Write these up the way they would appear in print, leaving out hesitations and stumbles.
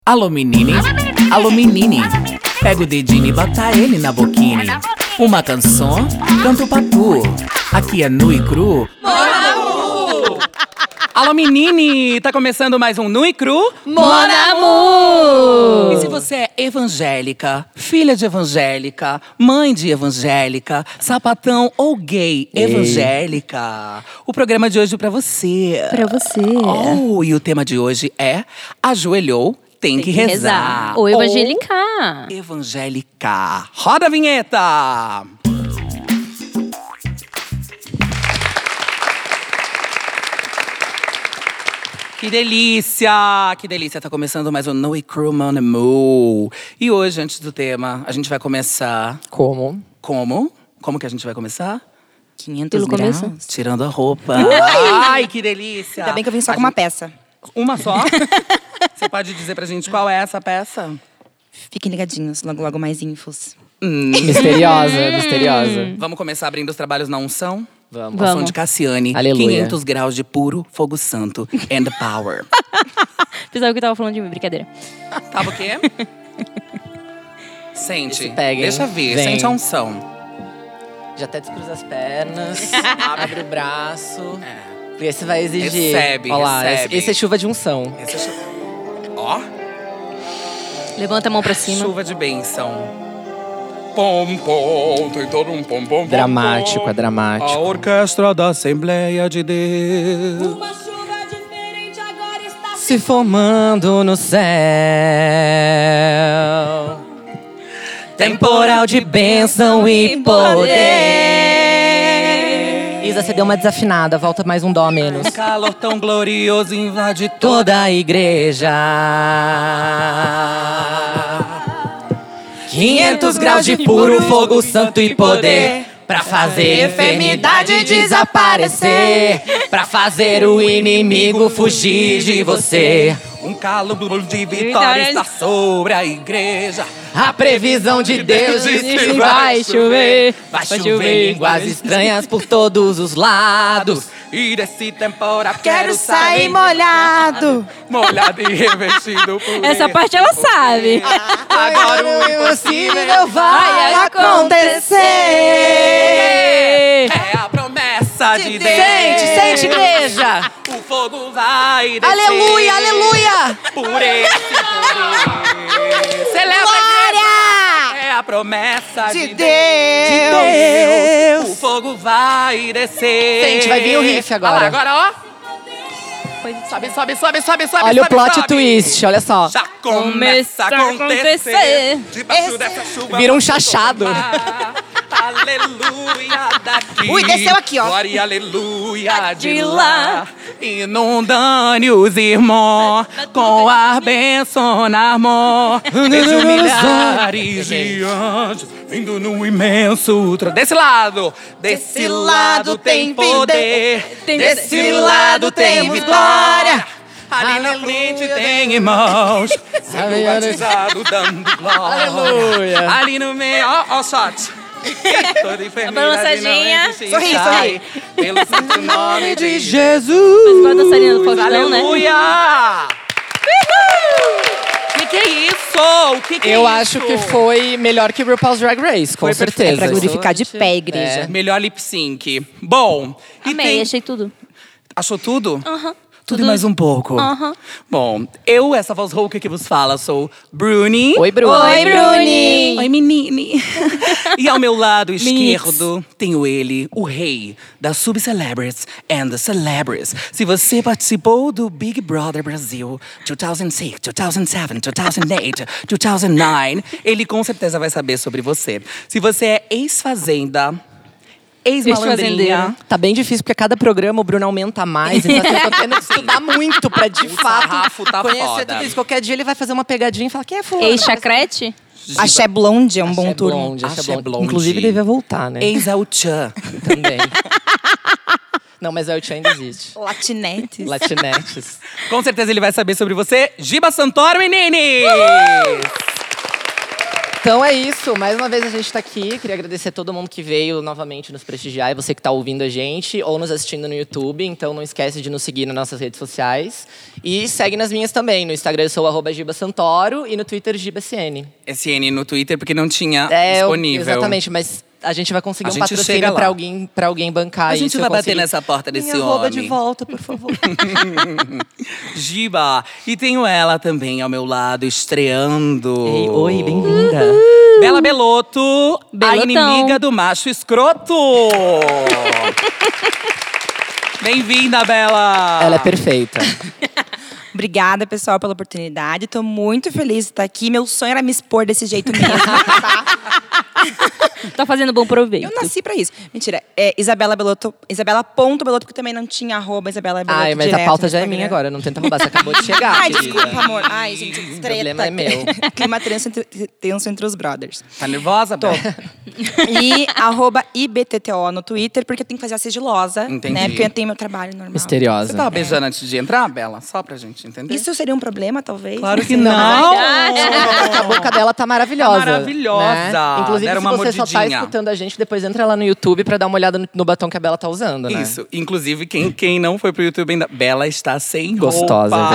Alô menine, pega o dedinho e bota ele na boquine. Uma canção, canto pra tu. Aqui é nu e cru. Alô menine, tá começando mais um Nu e Cru Mon Amour! E se você é evangélica, filha de evangélica, mãe de evangélica, sapatão ou gay evangélica, o programa de hoje é pra você. Pra você. Oh, e o tema de hoje é Ajoelhou, tem que rezar. Ou evangelicar. Evangélica. Roda a vinheta! Que delícia! Que delícia! Tá começando mais um Nu e Cru Mon Amour. E hoje, antes do tema, a gente vai começar… Como? Como que a gente vai começar? 500 Pelo graus. começo? Tirando a roupa. Ai, que delícia! Ainda bem que eu vim só com uma peça. Uma só? Você pode dizer pra gente qual é essa peça? Fiquem ligadinhos, logo mais infos. Misteriosa. Vamos começar abrindo os trabalhos na unção? Vamos. Unção de Cassiane. Aleluia. 500 graus de puro fogo santo and power. Pensava que eu tava falando de mim, brincadeira. Tava o quê? Sente. Se pega, hein? Deixa ver. Vem. Sente a unção. Já até descruza as pernas, abre o braço. Porque esse vai exigir. Recebe, Olha lá, recebe. esse é chuva de unção. Esse é Ó, Levanta a mão pra cima. chuva de bênção. Pom, pom, tem todo um pom, pom, Dramático, pom. é dramático. A orquestra da Assembleia de Deus. Uma chuva diferente agora está Se formando no céu. Temporal de bênção e poder. Isa, você deu uma desafinada, volta mais um dó a menos. Um calor tão glorioso invade Toda a igreja. 500 graus de puro fogo santo e poder. Pra fazer enfermidade desaparecer. Pra fazer o inimigo fugir de você. Um calor de vitória está sobre a igreja. A previsão de Deus diz que vai chover. Vai chover línguas estranhas por todos os lados. E desse temporal Quero sair molhado. molhado e revestido por Essa ele. parte ela sabe. Agora o impossível vai acontecer. é a promessa de Deus. Sente, igreja. O fogo vai descer. Aleluia, aleluia. Por esse poder. Celebra, Glória! é a promessa de De Deus. Deus. O fogo vai descer. Gente, vai vir o riff agora. Olha lá, agora, ó. Sobe. Olha o plot sobe. twist, olha só. Já começa a acontecer. Debaixo dessa chuva. Vira um chachado. Aleluia daqui. Ui, desceu aqui, ó. Glória e aleluia de lá. Inundando os irmãos com a bênção na mão. Vejo milhares de anjos vindo no imenso Desse lado tem poder. Desse lado tem vitória. Ali na frente tem irmãos sendo batizados dando glória. Aleluia. Ali no meio, ó shot. Toda enfermeira balançadinha. Sorri. Pelo santo nome de Mas Jesus. igual a dançarina do Faustão, né? Aleluia! Que é isso? O que é Eu isso? acho que foi melhor que RuPaul's Drag Race, com Foi certeza. É pra glorificar de pé, igreja. Melhor lip sync. Bom, e Amei, tem… achei tudo. Achou tudo? Aham. Tudo e mais um pouco. Aham. Bom, essa voz rouca que vos fala, sou Bruni. Oi, Bruno. Oi, Bruni! Oi, menine. E ao meu lado esquerdo tenho ele, o rei das Sub-Celebrities and the Celebrities. Se você participou do Big Brother Brasil 2006, 2007, 2008, 2009, ele com certeza vai saber sobre você. Se você é ex-fazenda, ex-malandrinha… Tá bem difícil, porque cada programa o Bruno aumenta mais. Então eu tô tendo que estudar muito pra, de fato, sarrafo tá conhecer foda. tudo isso. Qualquer dia ele vai fazer uma pegadinha e falar, quem é fulano? Ex-chacrete? Axé Blonde é um bom Axé turno. Blonde, Axé Axé Blonde. Blonde. Inclusive, devia voltar, né? Ex-Alchan. Também. Não, mas o Tchan ainda existe. Latinetes. Latinetes. Com certeza ele vai saber sobre você. Giba Santoro, meninas! Então é isso, mais uma vez a gente tá aqui. Queria agradecer a todo mundo que veio novamente nos prestigiar e você que tá ouvindo a gente ou nos assistindo no YouTube. Então não esquece de nos seguir nas nossas redes sociais. E segue nas minhas também. No Instagram eu sou @GibaSantoro e no Twitter GibaSN. SN no Twitter, porque não tinha É, disponível. Exatamente, mas a gente vai conseguir A um gente chega patrocínio lá. pra alguém bancar A isso. gente eu vai bater conseguir. nessa porta desse Minha arroba homem. de volta, por favor. Giba. E tenho ela também ao meu lado, estreando. Ei, oi, bem-vinda. Bela Belotto, a Belotão. inimiga do macho escroto. Bem-vinda, Bela. Ela é perfeita. Obrigada, pessoal, pela oportunidade. Tô muito feliz de estar aqui. Meu sonho era me expor desse jeito mesmo, tá? Tá fazendo bom proveito. Eu nasci pra isso. Mentira. É Isabela Belotto, Isabela.Belotto, porque também não tinha @Isabela Belotto. Ai, mas a direto pauta no já é Instagram. minha agora, não tenta roubar, você acabou de chegar. Ai, querida. desculpa, amor. Ai, gente, O treta. problema é meu. Clima tenso entre os brothers. Tá nervosa, Bela? E @IBTTO no Twitter, porque eu tenho que fazer a sigilosa, Entendi. né? Porque eu tenho meu trabalho normal. Misteriosa. Você tava beijando antes de entrar, Bela? Só pra gente entender. Isso seria um problema, talvez? Claro que Não não. A boca dela tá maravilhosa. Tá maravilhosa. Né? Inclusive, Deram se uma você só tá mordidinha. escutando a gente, depois entra lá no YouTube pra dar uma olhada no batom que a Bela tá usando, né? Isso. Inclusive, quem não foi pro YouTube ainda, Bela está sem Gostosa, roupa.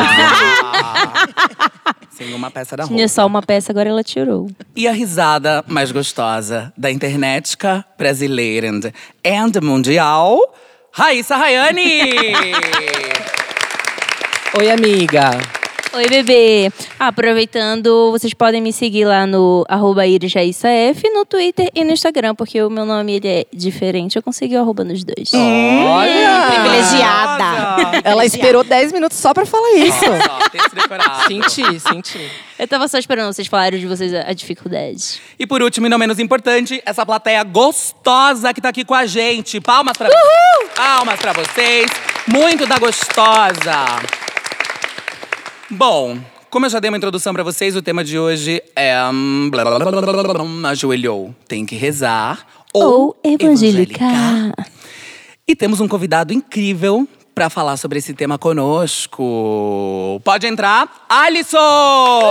é Sem uma peça da roupa. Tinha só uma peça, agora ela tirou. E a risada mais gostosa da internetica brasileira and mundial, Raíssa Rayane! Oi, amiga. Oi, bebê. Aproveitando, vocês podem me seguir lá no @IrisJaissaF, no Twitter e no Instagram, porque o meu nome ele é diferente. Eu consegui o arroba nos dois. Olha! Privilegiada. Ela esperou 10 minutos só pra falar isso. Nossa, texto decorado. Senti. Eu tava só esperando vocês falarem de vocês a dificuldade. E por último, e não menos importante, essa plateia gostosa que tá aqui com a gente. Palmas pra Palmas pra vocês. Muito da gostosa. Bom, como eu já dei uma introdução pra vocês, o tema de hoje é ajoelhou, tem que rezar Ou evangelicar. E temos um convidado incrível pra falar sobre esse tema conosco. Pode entrar, Alisson!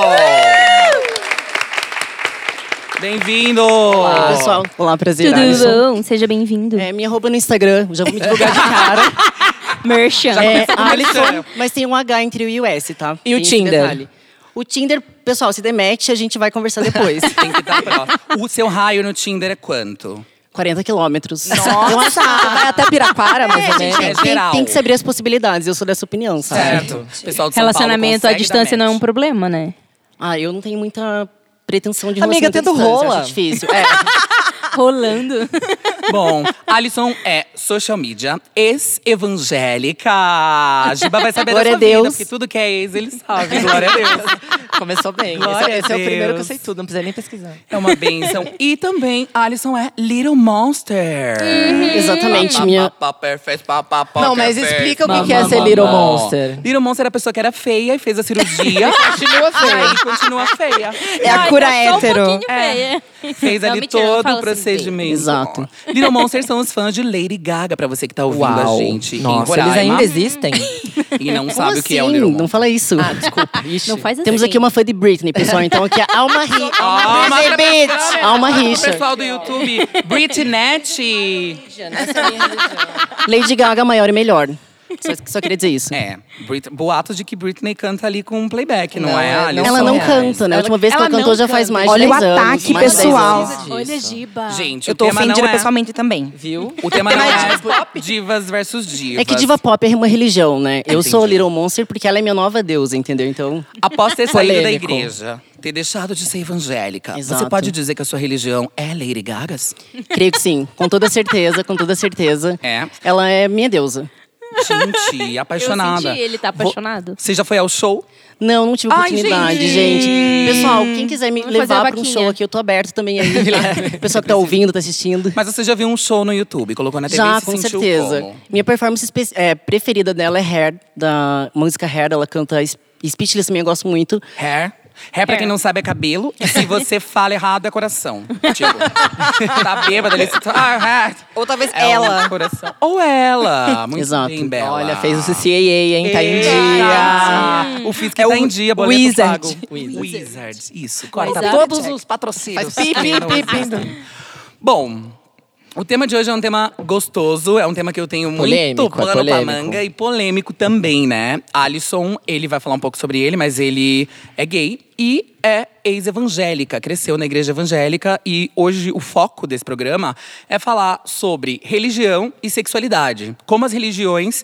Bem-vindo! Olá, pessoal. Olá, prazer, Tudo Alisson. bom? Seja bem-vindo. É, minha arroba no Instagram, já vou me divulgar de cara. Merchan. É começou com Alisson, merchan. mas tem um H entre o I e o S, tá? E o Tem esse Tinder? detalhe. O Tinder, pessoal, se demete, a gente vai conversar depois. Tem que estar próximo. O seu raio no Tinder é quanto? 40 quilômetros. Nossa! Vai até Piraquara, mais ou menos. É geral. Tem que se abrir as possibilidades, eu sou dessa opinião, sabe? Certo. Pessoal de São Relacionamento Paulo à distância não é um match. problema, né? Ah, eu não tenho muita pretensão de Amiga, relacionamento à tendo distância, rola. acho difícil. É. Rolando. Bom, Alisson é social media, ex-evangélica. A Giba vai saber Glória da a sua vida, Deus. porque tudo que é ex, ele sabe. Glória a Deus. Começou bem. Glória Esse a é o primeiro que eu Deus. sei tudo, não precisa nem pesquisar. É uma bênção. E também, Alisson é Little Monster. Exatamente, minha... Não, mas explica o que é ser Little Monster. Little Monster é a pessoa que era feia e fez a cirurgia. Continua E aí continua feia. É a cura hétero. É. Fez Não, ali mentira, não todo fala o assim, procedimento. Exato. Little Monsters são os fãs de Lady Gaga, pra você que tá ouvindo a gente. em Nossa, Roraima. eles ainda existem? E não Como sabe o que é o assim? Little Não Monster. fala isso. Ah, desculpa. Ixi. Não faz assim. Temos aqui uma fã de Britney, pessoal. Então aqui é Alma Richa. Alma O Richa. pessoal do YouTube, Britney. Lady Gaga maior e melhor. Só queria dizer isso. É, boatos de que Britney canta ali com um playback, não é, Não, Alisson? Ela não reais. canta, né? A última vez que ela Ela cantou não já faz canta. mais de Olha 10 o anos. ataque mais de 10 pessoal. anos. Olha, Giba. Gente, Eu o tô tema ofendida não é... pessoalmente também. Viu? O tema não é divas versus divas. É que diva pop é uma religião, né? Eu sou Entendi. Little Monster porque ela é minha nova deusa, entendeu? Então, Após ter saído da Polêmico. igreja, ter deixado de ser evangélica, você Exato. pode dizer que a sua religião é Lady Gagas? creio que sim. Com toda certeza, com toda certeza. É. Ela é minha deusa. Gente, apaixonada. Eu senti, ele tá apaixonado. Você já foi ao show? Não tive Ai, oportunidade, gente. gente. Pessoal, quem quiser me Vamos fazer a levar para um vaquinha. show aqui, eu tô aberto também aí. Pessoal que tá ouvindo, tá assistindo. Mas você já viu um show no YouTube, colocou na TV e Já, se com sentiu certeza. como? Minha performance preferida dela é Hair, da música Hair. Ela canta Speechless também, eu gosto muito. Hair? Hair, pra quem não sabe, é cabelo. E se você fala errado, é coração. Tipo, tá bêbada ali. Ou talvez É ela. um coração. Ou ela. Muito Exato. bem, Bela. Olha, fez o CCAA, hein? Tá em Eita. dia. O Fisk tá em dia, boleto Wizard. pago. Wizard. Isso. Corta Wizard. todos os patrocínios. Faz pi, pi, pi, pi. Bom, o tema de hoje é um tema gostoso, é um tema que eu tenho Polêmico, muito pano pra polêmico. manga e polêmico também, né? Alisson, ele vai falar um pouco sobre ele, mas ele é gay e é ex-evangélica, cresceu na igreja evangélica e hoje o foco desse programa é falar sobre religião e sexualidade. Como as religiões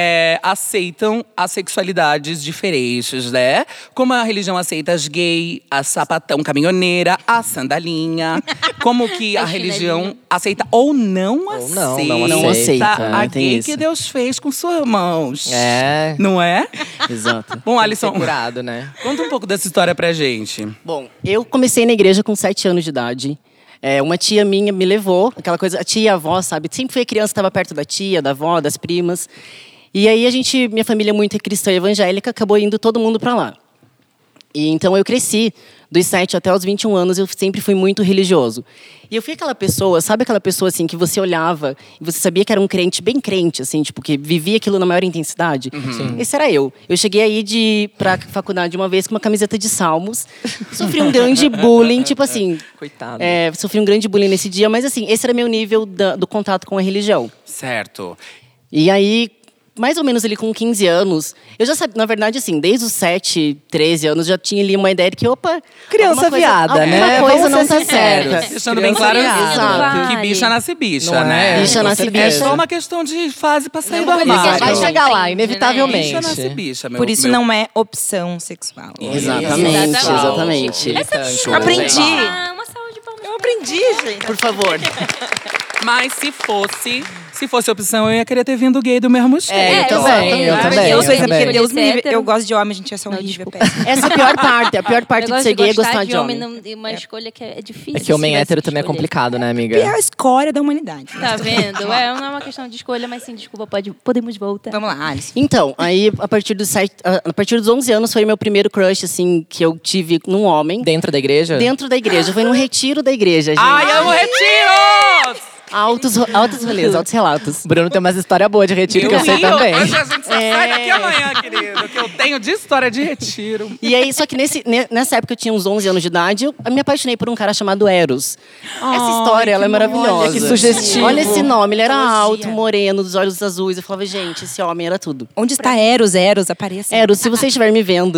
aceitam as sexualidades diferentes, né? Como a religião aceita as gay, a sapatão caminhoneira, a sandalinha. Como que a religião aceita ou não aceita, não aceita, a tem gay isso. que Deus fez com suas mãos. É. Não é? Exato. Bom, Alisson, Curado, né? conta um pouco dessa história pra gente. Bom, eu comecei na igreja com 7 anos de idade. Uma tia minha me levou, aquela coisa, a tia e a avó, sabe? Sempre fui criança, estava perto da tia, da avó, das primas. E aí minha família muito cristã e evangélica, acabou indo todo mundo pra lá. E então eu cresci, dos 7 até os 21 anos, eu sempre fui muito religioso. E eu fui aquela pessoa, sabe aquela pessoa assim, que você olhava e você sabia que era um crente, bem crente, assim, tipo, que vivia aquilo na maior intensidade? Esse era eu. Eu cheguei aí pra faculdade uma vez com uma camiseta de salmos, sofri um grande bullying, tipo assim… Coitado. Sofri um grande bullying nesse dia, mas assim, esse era meu nível do contato com a religião. Certo. E aí, mais ou menos ali com 15 anos, eu já sabia, na verdade, assim, desde os 7, 13 anos, já tinha ali uma ideia de que, opa… Criança alguma coisa- viada, né? Alguma coisa Vamos não ser tá certa. sinceros. Deixando bem claro Exato. que bicha nasce bicha, Não né? é? Bicha nasce É bicha. só uma questão de fase pra sair do Não, armário. Vai chegar lá, Entende, inevitavelmente. Bicha nasce bicha, meu. Por isso meu... não é opção sexual. Exatamente, exatamente. Show. Aprendi. Uma salva de palmas. Eu aprendi, gente. Por favor. Mas se fosse opção, eu ia querer ter vindo gay do mesmo jeito. Eu também, eu exatamente. também. Eu sou isso, também. porque Deus me livre. Hétero. Eu gosto de homem, gente, é só Não, horrível. desculpa. péssimo. Essa é a pior parte. A pior parte de ser gay é gostar de homem. Uma escolha que é difícil. É que homem se tivesse hétero que também é escolher. complicado, né, amiga? É a escória da humanidade. Tá vendo? Não é uma questão de escolha, mas sim, desculpa, podemos voltar. Vamos lá, Alice. Então, aí, a partir dos 11 anos, foi meu primeiro crush, assim, que eu tive num homem. Dentro da igreja? Dentro da igreja. Foi num retiro da igreja, gente. Ai, amo retiros! Altos rolês, altos relatos. Bruno tem umas histórias boas de retiro que eu sei rio, também. mas a gente só sai daqui amanhã, querido. Que eu tenho de história de retiro. E aí, só que nessa época eu tinha uns 11 anos de idade, eu me apaixonei por um cara chamado Eros. Essa história, ela é maravilhosa. olha que sugestivo. Olha esse nome, ele era Mitologia. alto, moreno, dos olhos azuis. Eu falava, gente, esse homem era tudo. Onde está Eros? Eros, apareça. Eros, se você estiver me vendo.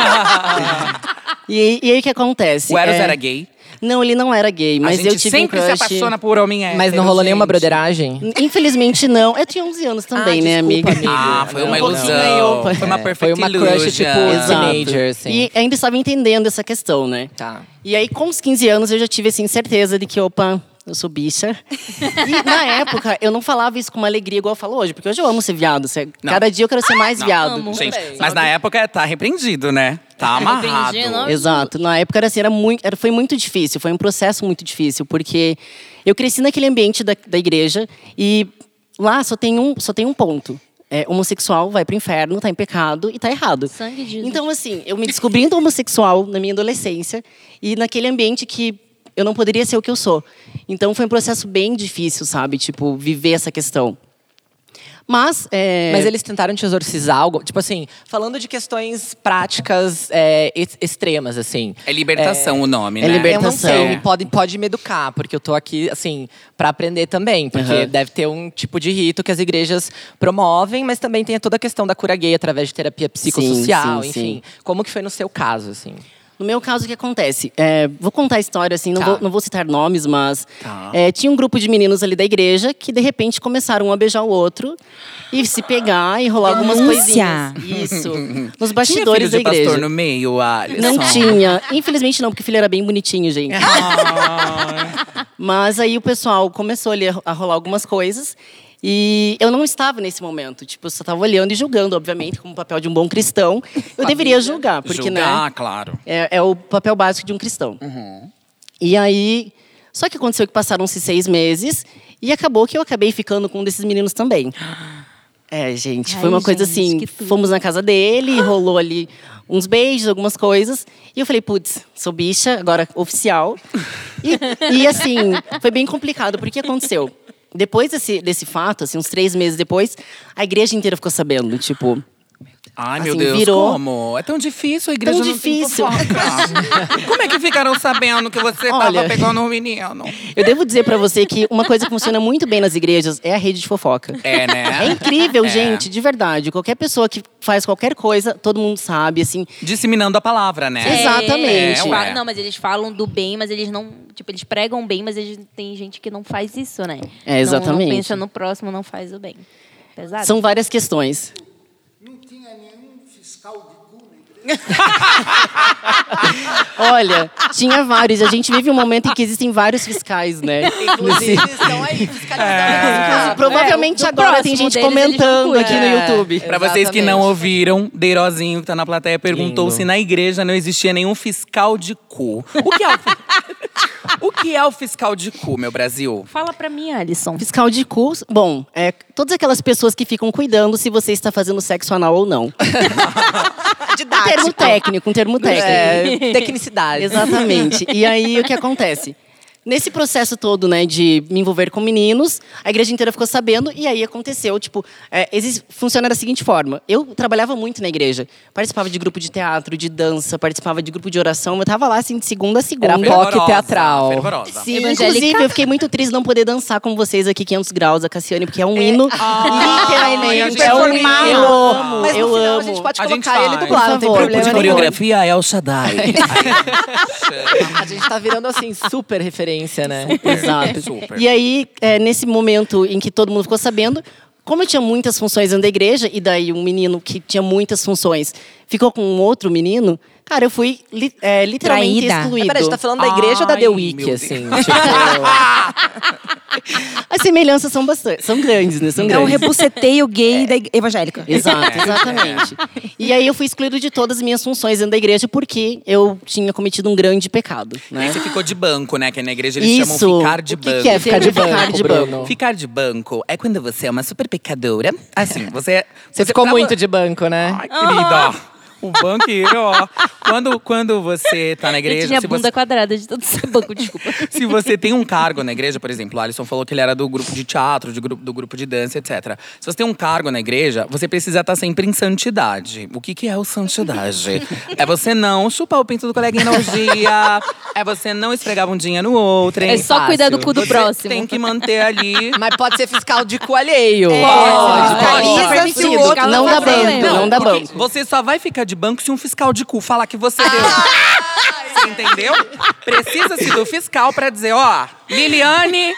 E aí, o que acontece? O Eros era gay. Não, ele não era gay, mas a gente eu tive sempre um se crush. apaixona por homem hétero, Mas não rolou nenhuma gente. broderagem? Infelizmente, não. Eu tinha 11 anos também, né, desculpa, amiga? Ah, foi uma Um pouquinho ilusão. aí, opa. Foi uma Foi perfect uma crush, tipo, illusion. teenager, assim. E ainda estava entendendo essa questão, né? Tá. E aí, com os 15 anos, eu já tive, assim, certeza de que, opa, eu sou bicha. E, na época, eu não falava isso com uma alegria igual eu falo hoje. Porque hoje eu amo ser viado. Não. Cada dia eu quero ser mais viado. amo. Gente, mas na época tá repreendido, né? Tá amarrado. Repreendido, não? Exato. Na época era assim, foi muito difícil, foi um processo muito difícil, porque eu cresci naquele ambiente da igreja e lá só tem um ponto. Homossexual vai pro inferno, tá em pecado e tá errado. Sangue de Jesus. Então, assim, eu me descobrindo homossexual na minha adolescência e naquele ambiente que eu não poderia ser o que eu sou. Então foi um processo bem difícil, sabe? Tipo, viver essa questão. Mas eles tentaram te exorcizar algo? Tipo assim, falando de questões práticas extremas, assim. É libertação o nome, né? É Eu não libertação. sei, pode me educar, porque eu tô aqui, assim, pra aprender também. Porque Uhum. deve ter um tipo de rito que as igrejas promovem, mas também tem toda a questão da cura gay através de terapia psicossocial, sim, enfim. sim. Como que foi no seu caso, assim? No meu caso, o que acontece? Vou contar a história, assim, Tá. não vou citar nomes, mas… Tá. Tinha um grupo de meninos ali da igreja que, de repente, começaram um a beijar o outro e se pegar e rolar algumas Denúncia. coisinhas. Isso. Nos Tinha bastidores filho da de igreja. pastor no meio, Alisson? Não tinha. Infelizmente não, porque o filho era bem bonitinho, gente. Mas aí o pessoal começou ali a rolar algumas coisas. E eu não estava nesse momento. Tipo, eu só estava olhando e julgando, obviamente, como o papel de um bom cristão. Eu deveria julgar, porque, Julgar, né? claro. É o papel básico de um cristão. E aí… Só que aconteceu que passaram-se 6 meses. E acabou que eu acabei ficando com um desses meninos também. Gente, Ai, foi uma coisa gente, assim, que tudo. fomos na casa dele, rolou ali uns beijos, algumas coisas. E eu falei, putz, sou bicha, agora oficial. E assim, foi bem complicado, porque o que aconteceu? Depois desse fato, assim, uns 3 meses depois, a igreja inteira ficou sabendo, tipo… Ai, meu Assim, Deus, virou- como? É tão difícil, a igreja Tão não tem difícil. fofoca. Como é que ficaram sabendo que você tava Olha, pegando um menino? Eu devo dizer pra você que uma coisa que funciona muito bem nas igrejas é a rede de fofoca. É, né? É incrível, gente, de verdade. Qualquer pessoa que faz qualquer coisa, todo mundo sabe, assim. Disseminando a palavra, né? Exatamente. Eles ué. falam- não, mas eles falam do bem, mas eles não… Tipo, eles pregam bem, mas tem gente que não faz isso, né? Exatamente. Não pensa no próximo, não faz o bem. Pesado. São várias questões. Não tinha nenhum fiscal de cu na igreja. Olha, tinha vários. A gente vive um momento em que existem vários fiscais, né? Inclusive, estão aí fiscalizando. Provavelmente do agora tem próximo gente deles, eles não comentando aqui no cuidam. YouTube. Pra vocês que não Exatamente. ouviram, Deirozinho, que tá na plateia, perguntou Lindo. se na igreja não existia nenhum fiscal de cu. O que é o fiscal de cu, meu Brasil? Fala pra mim, Alisson. Fiscal de cu, bom, todas aquelas pessoas que ficam cuidando se você está fazendo sexo anal ou não. Um termo técnico. Tecnicidade. Exatamente. E aí, o que acontece? Nesse processo todo, né, de me envolver com meninos, a igreja inteira ficou sabendo e aí aconteceu, tipo, funciona da seguinte forma. Eu trabalhava muito na igreja. Participava de grupo de teatro, de dança, participava de grupo de oração. Eu tava lá, assim, de segunda a segunda. Era POC Fervorosa, teatral. fervorosa. Sim, Evangélica. inclusive, eu fiquei muito triste não poder dançar com vocês aqui, 500 graus, a Cassiane, porque é um hino. Literalmente, é um hino. Eu amo, Mas no eu final amo. a gente pode A gente colocar ele faz. dublado, não tem Por favor, problema de nenhum. Coreografia El Shaddai. A gente tá virando, assim, super referência, né? Exato. Super. E aí, nesse momento em que todo mundo ficou sabendo, como eu tinha muitas funções dentro da igreja, e daí um menino que tinha muitas funções ficou com um outro menino, cara, eu fui literalmente Traída. excluído. Peraí, a gente tá falando da igreja ou da Ai, The meu Week, Deus. assim? Tipo, As semelhanças são grandes, né? São É um grandes. rebuceteio gay da evangélica. Exato, exatamente. E aí eu fui excluído de todas as minhas funções dentro da igreja porque eu tinha cometido um grande pecado, E né? você ficou de banco, né? Que na igreja eles Isso. chamam ficar de O que banco. que é ficar de banco? Ficar de banco. Ficar de banco é quando você é uma super pecadora. Assim, você Você ficou pra- muito de banco, né? Ai, querida. O banqueiro, ó. Quando você tá na Eu igreja, tinha se bunda você, quadrada de todo esse banco, desculpa. se você tem um cargo na igreja, por exemplo, o Alisson falou que ele era do grupo de teatro, do grupo de dança, etc. Se você tem um cargo na igreja, você precisa estar sempre em santidade. O que é o santidade? É você não chupar o pinto do coleguinha na orgia, é você não esfregar a bundinha no outro. É só cuidar do cu do Você próximo. tem que manter ali. Mas pode ser fiscal de cu alheio. Pode, se o outro não dá problema. banco, não dá Porque banco. você só vai ficar de banco se um fiscal de cu falar que você deu. Você entendeu? Precisa-se do fiscal pra dizer, ó, Liliane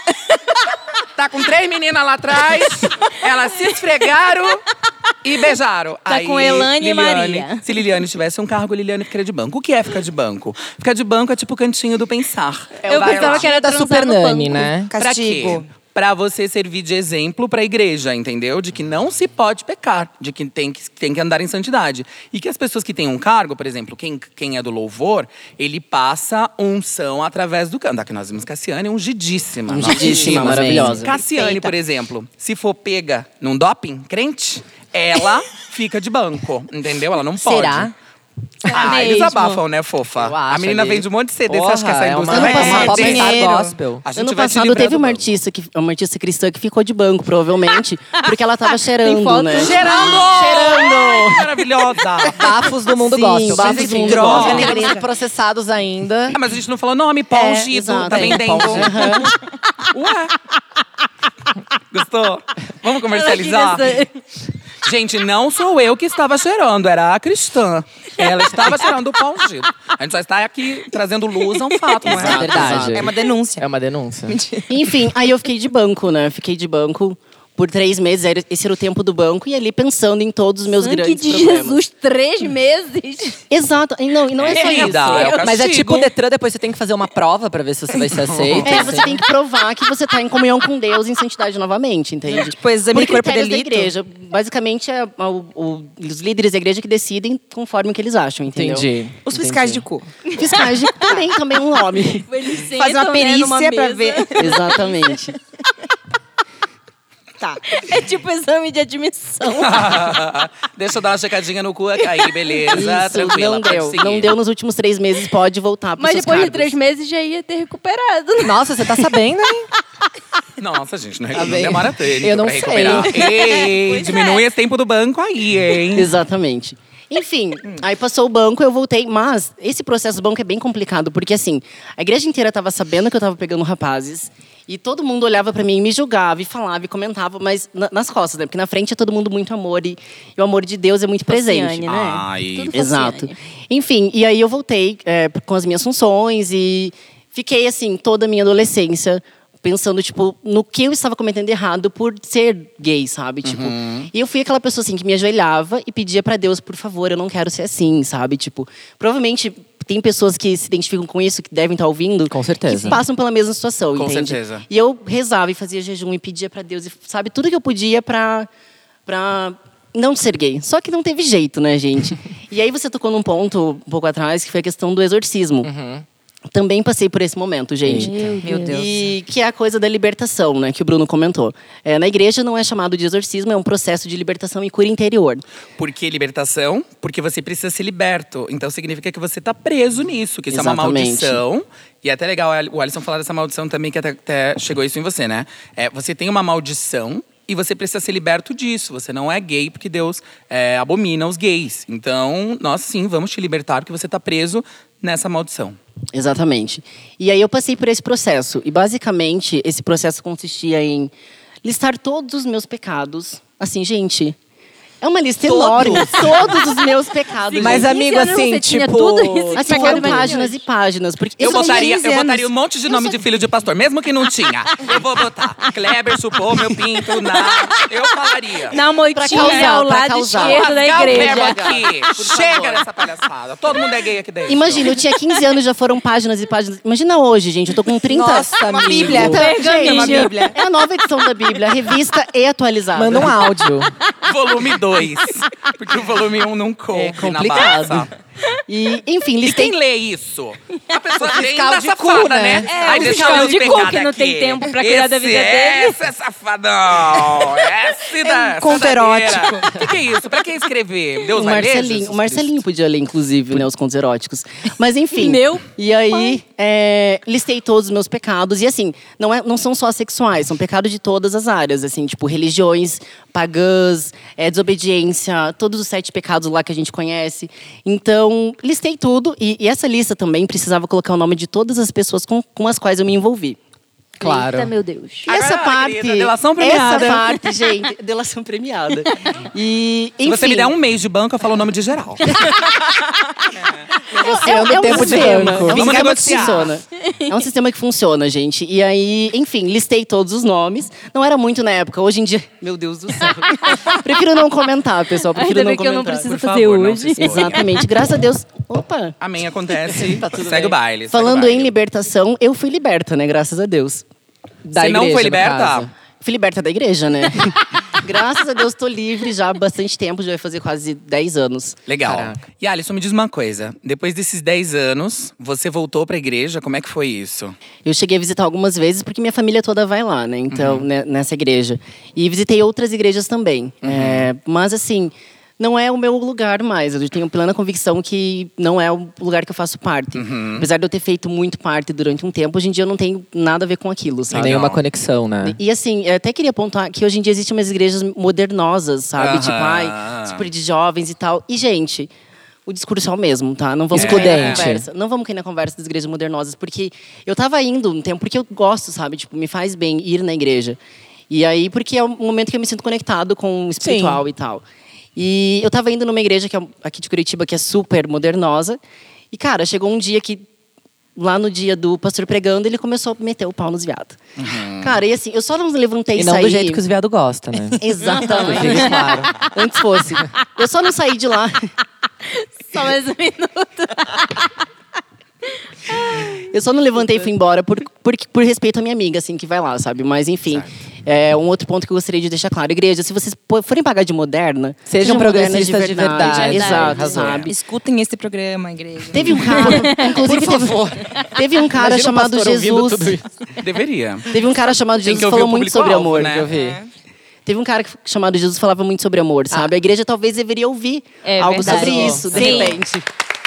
tá com 3 meninas lá atrás, elas se esfregaram e beijaram. Tá com Elane e Maria. Se Liliane tivesse um cargo, Liliane ficaria de banco. O que é ficar de banco? Ficar de banco é tipo o cantinho do pensar. Eu Vai pensava lá. que era da transar Super no Nani, banco. né? Pra quê? Castigo. Pra você servir de exemplo pra igreja, entendeu? De que não se pode pecar, de que tem que andar em santidade. E que as pessoas que têm um cargo, por exemplo, quem é do louvor, ele passa unção através do canto. Aqui nós vimos Cassiane, ungidíssima. Ungidíssima, maravilhosa. Cassiane, por exemplo, se for pega num doping crente, ela fica de banco, entendeu? Ela não pode. Será? Ah, eles abafam, né, fofa? Eu acho, A menina ali. vende um monte de CD, você Porra, acha que essa é indústria uma, Ano vai passado, pop render? star dinheiro. gospel. A gente Ano vai te passado livrar teve do uma banco. artista cristã que ficou de banco, provavelmente, porque ela tava cheirando, foto? né? Cheirando! Maravilhosa! Bafos do mundo Sim, gospel. bafos Mas, do enfim, mundo droga, gospel. não queremos ser processados ainda. Ah, mas a gente não falou nome, pão ungido, exato. tá Tem, vendendo. pão ungido. Ué. Gostou? Vamos comercializar? Gente, não sou eu que estava cheirando, era a cristã. Ela estava cheirando o pão ungido. A gente só está aqui trazendo luz a um fato, não é? É verdade. É uma denúncia. É uma denúncia. Enfim, aí eu fiquei de banco, né? Fiquei de banco por 3 meses. Esse era o tempo do banco. E ali pensando em todos os meus Sangue grandes de problemas. Jesus, 3 meses. Exato. E não é só Querida, isso. é o Mas é castigo. tipo o Detran, depois você tem que fazer uma prova pra ver se você vai ser aceito. Você tem que provar que você tá em comunhão com Deus em santidade novamente, entende? Tipo, exame Por de corpo de critérios da delito. igreja. Basicamente, os líderes da igreja que decidem conforme o que eles acham, entendeu? Entendi. Os fiscais de cu. Fiscais de também um nome. Eles Faz uma sentam, né, numa perícia pra mesa. ver. Exatamente. Tá. É tipo exame de admissão. Deixa eu dar uma checadinha no cu aí, beleza. Isso, Tranquila, não pode deu. seguir. Não deu nos últimos 3 meses, pode voltar pros Mas seus depois de cargos. 3 meses já ia ter recuperado. Nossa, você tá sabendo, hein? Nossa, gente, não, Tá não bem. demora tanto Eu não pra sei. recuperar. Ei, Pois diminui esse tempo do banco aí, hein? Exatamente. Enfim, aí passou o banco, eu voltei. Mas esse processo do banco é bem complicado. Porque assim, a igreja inteira tava sabendo que eu tava pegando rapazes. E todo mundo olhava pra mim e me julgava, e falava, e comentava. Mas nas costas, né? Porque na frente é todo mundo muito amor. E o amor de Deus é muito presente. Falciane, né? Ai, Tudo Exato. Falciane. Enfim, e aí eu voltei com as minhas funções. E fiquei, assim, toda a minha adolescência pensando, tipo, no que eu estava cometendo errado por ser gay, sabe? Tipo, e eu fui aquela pessoa, assim, que me ajoelhava e pedia pra Deus, por favor, eu não quero ser assim, sabe? Tipo, provavelmente tem pessoas que se identificam com isso, que devem estar ouvindo. Com certeza. Que passam pela mesma situação, Com entende? certeza. E eu rezava e fazia jejum e pedia pra Deus, e, sabe? Tudo que eu podia pra não ser gay. Só que não teve jeito, né, gente? E aí você tocou num ponto, um pouco atrás, que foi a questão do exorcismo. Também passei por esse momento, gente. Meu Deus. E que é a coisa da libertação, né? Que o Bruno comentou. Na igreja não é chamado de exorcismo, é um processo de libertação e cura interior. Por que libertação? Porque você precisa ser liberto. Então significa que você tá preso nisso, que isso é uma Exatamente. maldição. E é até legal o Alisson falar dessa maldição também, que até chegou isso em você, né? Você tem uma maldição e você precisa ser liberto disso. Você não é gay porque Deus abomina os gays. Então, nós sim, vamos te libertar porque você tá preso nessa maldição. Exatamente. E aí eu passei por esse processo. E basicamente, esse processo consistia em listar todos os meus pecados. Assim, gente, é uma lista enorme. Todos os meus pecados. Mas, gente. amigo, 15 anos assim, você tinha tipo… tudo isso. Assim, Pecado foram vai páginas hoje. e páginas. Porque Eu só tinha botaria 15 anos. um monte de nome de filho de pastor, mesmo que não tinha. Eu vou botar Kleber chupou meu pinto Eu falaria. Na moitinha causar, ao pra lado causar. esquerdo da Rasgar o verbo igreja. aqui. Por Chega favor. dessa palhaçada. Todo mundo é gay aqui dentro. Imagina, eu tinha 15 anos, já foram páginas e páginas. Imagina hoje, gente, eu tô com 30. Nossa, Uma amigo. Bíblia. Então, Pergaminho. gente, Uma Bíblia. É a nova edição da Bíblia, revista e atualizada. Manda um áudio. Volume 2. Porque o volume 1 não coube É complicado. na baça. E, enfim, E listei. quem lê isso? A pessoa tem fiscal da de safada, cu, né? né? Aí o deixa fiscal eu ler de os cu, pecados que não tem aqui. tempo pra cuidar da vida dele. Esse é safadão. Esse conto erótico. O que é isso? Pra que escrever? Deus O vai ler, Marcelinho, Jesus o Marcelinho podia ler, inclusive, né, os contos eróticos. Mas enfim. Meu E aí, listei todos os meus pecados. E assim, não são só sexuais, são pecados de todas as áreas. Assim, tipo, religiões pagãs, desobediência, todos os 7 pecados lá que a gente conhece. Então, listei tudo. E essa lista também precisava colocar o nome de todas as pessoas com as quais eu me envolvi. Claro. Eita, meu Deus. E essa Ah, parte. querida, delação premiada. Essa parte, gente, delação premiada. E, Se enfim, você me der um mês de banco, eu falo o nome de geral. Negociando o tempo de sistema, banco. É um Vamos sistema que negociar. funciona. É um sistema que funciona, gente. E aí, enfim, listei todos os nomes. Não era muito na época. Hoje em dia, meu Deus do céu. Prefiro não comentar, pessoal. Prefiro Ainda não bem que eu comentar. não preciso Por fazer favor, não hoje. se exponha. Exatamente. Graças a Deus. Opa! Amém, acontece. Tá tudo Segue bem. o baile. segue Falando o baile. em libertação, eu fui liberta, né? Graças a Deus. Da Você não igreja, foi no liberta? caso. Fui liberta da igreja, né? Graças a Deus, tô livre já há bastante tempo. Já vai fazer quase 10 anos. Legal. Caraca. E Alisson, me diz uma coisa. Depois desses 10 anos, você voltou pra igreja? Como é que foi isso? Eu cheguei a visitar algumas vezes, porque minha família toda vai lá, né? Então, nessa igreja. E visitei outras igrejas também. Mas, assim, não é o meu lugar mais. Eu tenho plena convicção que não é o lugar que eu faço parte. Apesar de eu ter feito muito parte durante um tempo, hoje em dia eu não tenho nada a ver com aquilo, sabe? Nenhuma conexão, né? E assim, eu até queria pontuar que hoje em dia existem umas igrejas modernosas, sabe? Aham. Tipo, super de jovens e tal. E, gente, o discurso é o mesmo, tá? Não vamos cair na Excludente. conversa. Não vamos cair na conversa das igrejas modernosas, porque eu tava indo um tempo, porque eu gosto, sabe? Tipo, me faz bem ir na igreja. E aí, porque é um momento que eu me sinto conectado com o espiritual e tal. E eu tava indo numa igreja que é aqui de Curitiba, que é super modernosa. E, cara, chegou um dia que, lá no dia do pastor pregando, ele começou a meter o pau nos viados. Cara, e assim, eu só não levantei E e não saí… do jeito que os viados gostam, né? Exatamente. Fique claro. Antes fosse. Eu só não saí de lá. Só mais um minuto. Eu só não levantei e fui embora por respeito à minha amiga, assim, que vai lá, sabe? Mas, enfim, um outro ponto que eu gostaria de deixar claro. Igreja, se vocês forem pagar de moderna… Sejam modernas progressistas de verdade. Exato, Arrasou. sabe? Escutem esse programa, igreja. Teve um cara… Inclusive, teve um cara Imagina o chamado pastor ouvindo Jesus… tudo isso. Deveria. Teve um cara chamado Tem Jesus que que ouvir falou o muito sobre público-alvo, amor. né? Eu vi. Teve um cara chamado Jesus que falava muito sobre amor, sabe? A igreja talvez deveria ouvir algo verdade. sobre isso, de Sim. repente.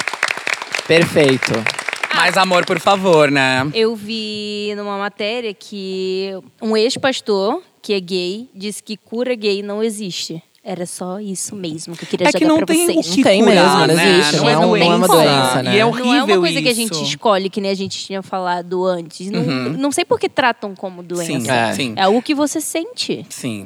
Perfeito. Mais amor, por favor, né? Eu vi numa matéria que um ex-pastor, que é gay, disse que cura gay não existe. Era só isso mesmo que eu queria É jogar que não pra tem vocês. o que tem curar, mesmo, não né? existe, Não é não é uma doença, né? E é horrível Não é uma coisa que a gente isso. escolhe, que nem a gente tinha falado antes. Não sei por que tratam como doença. Sim, sim. É algo que você sente. Sim.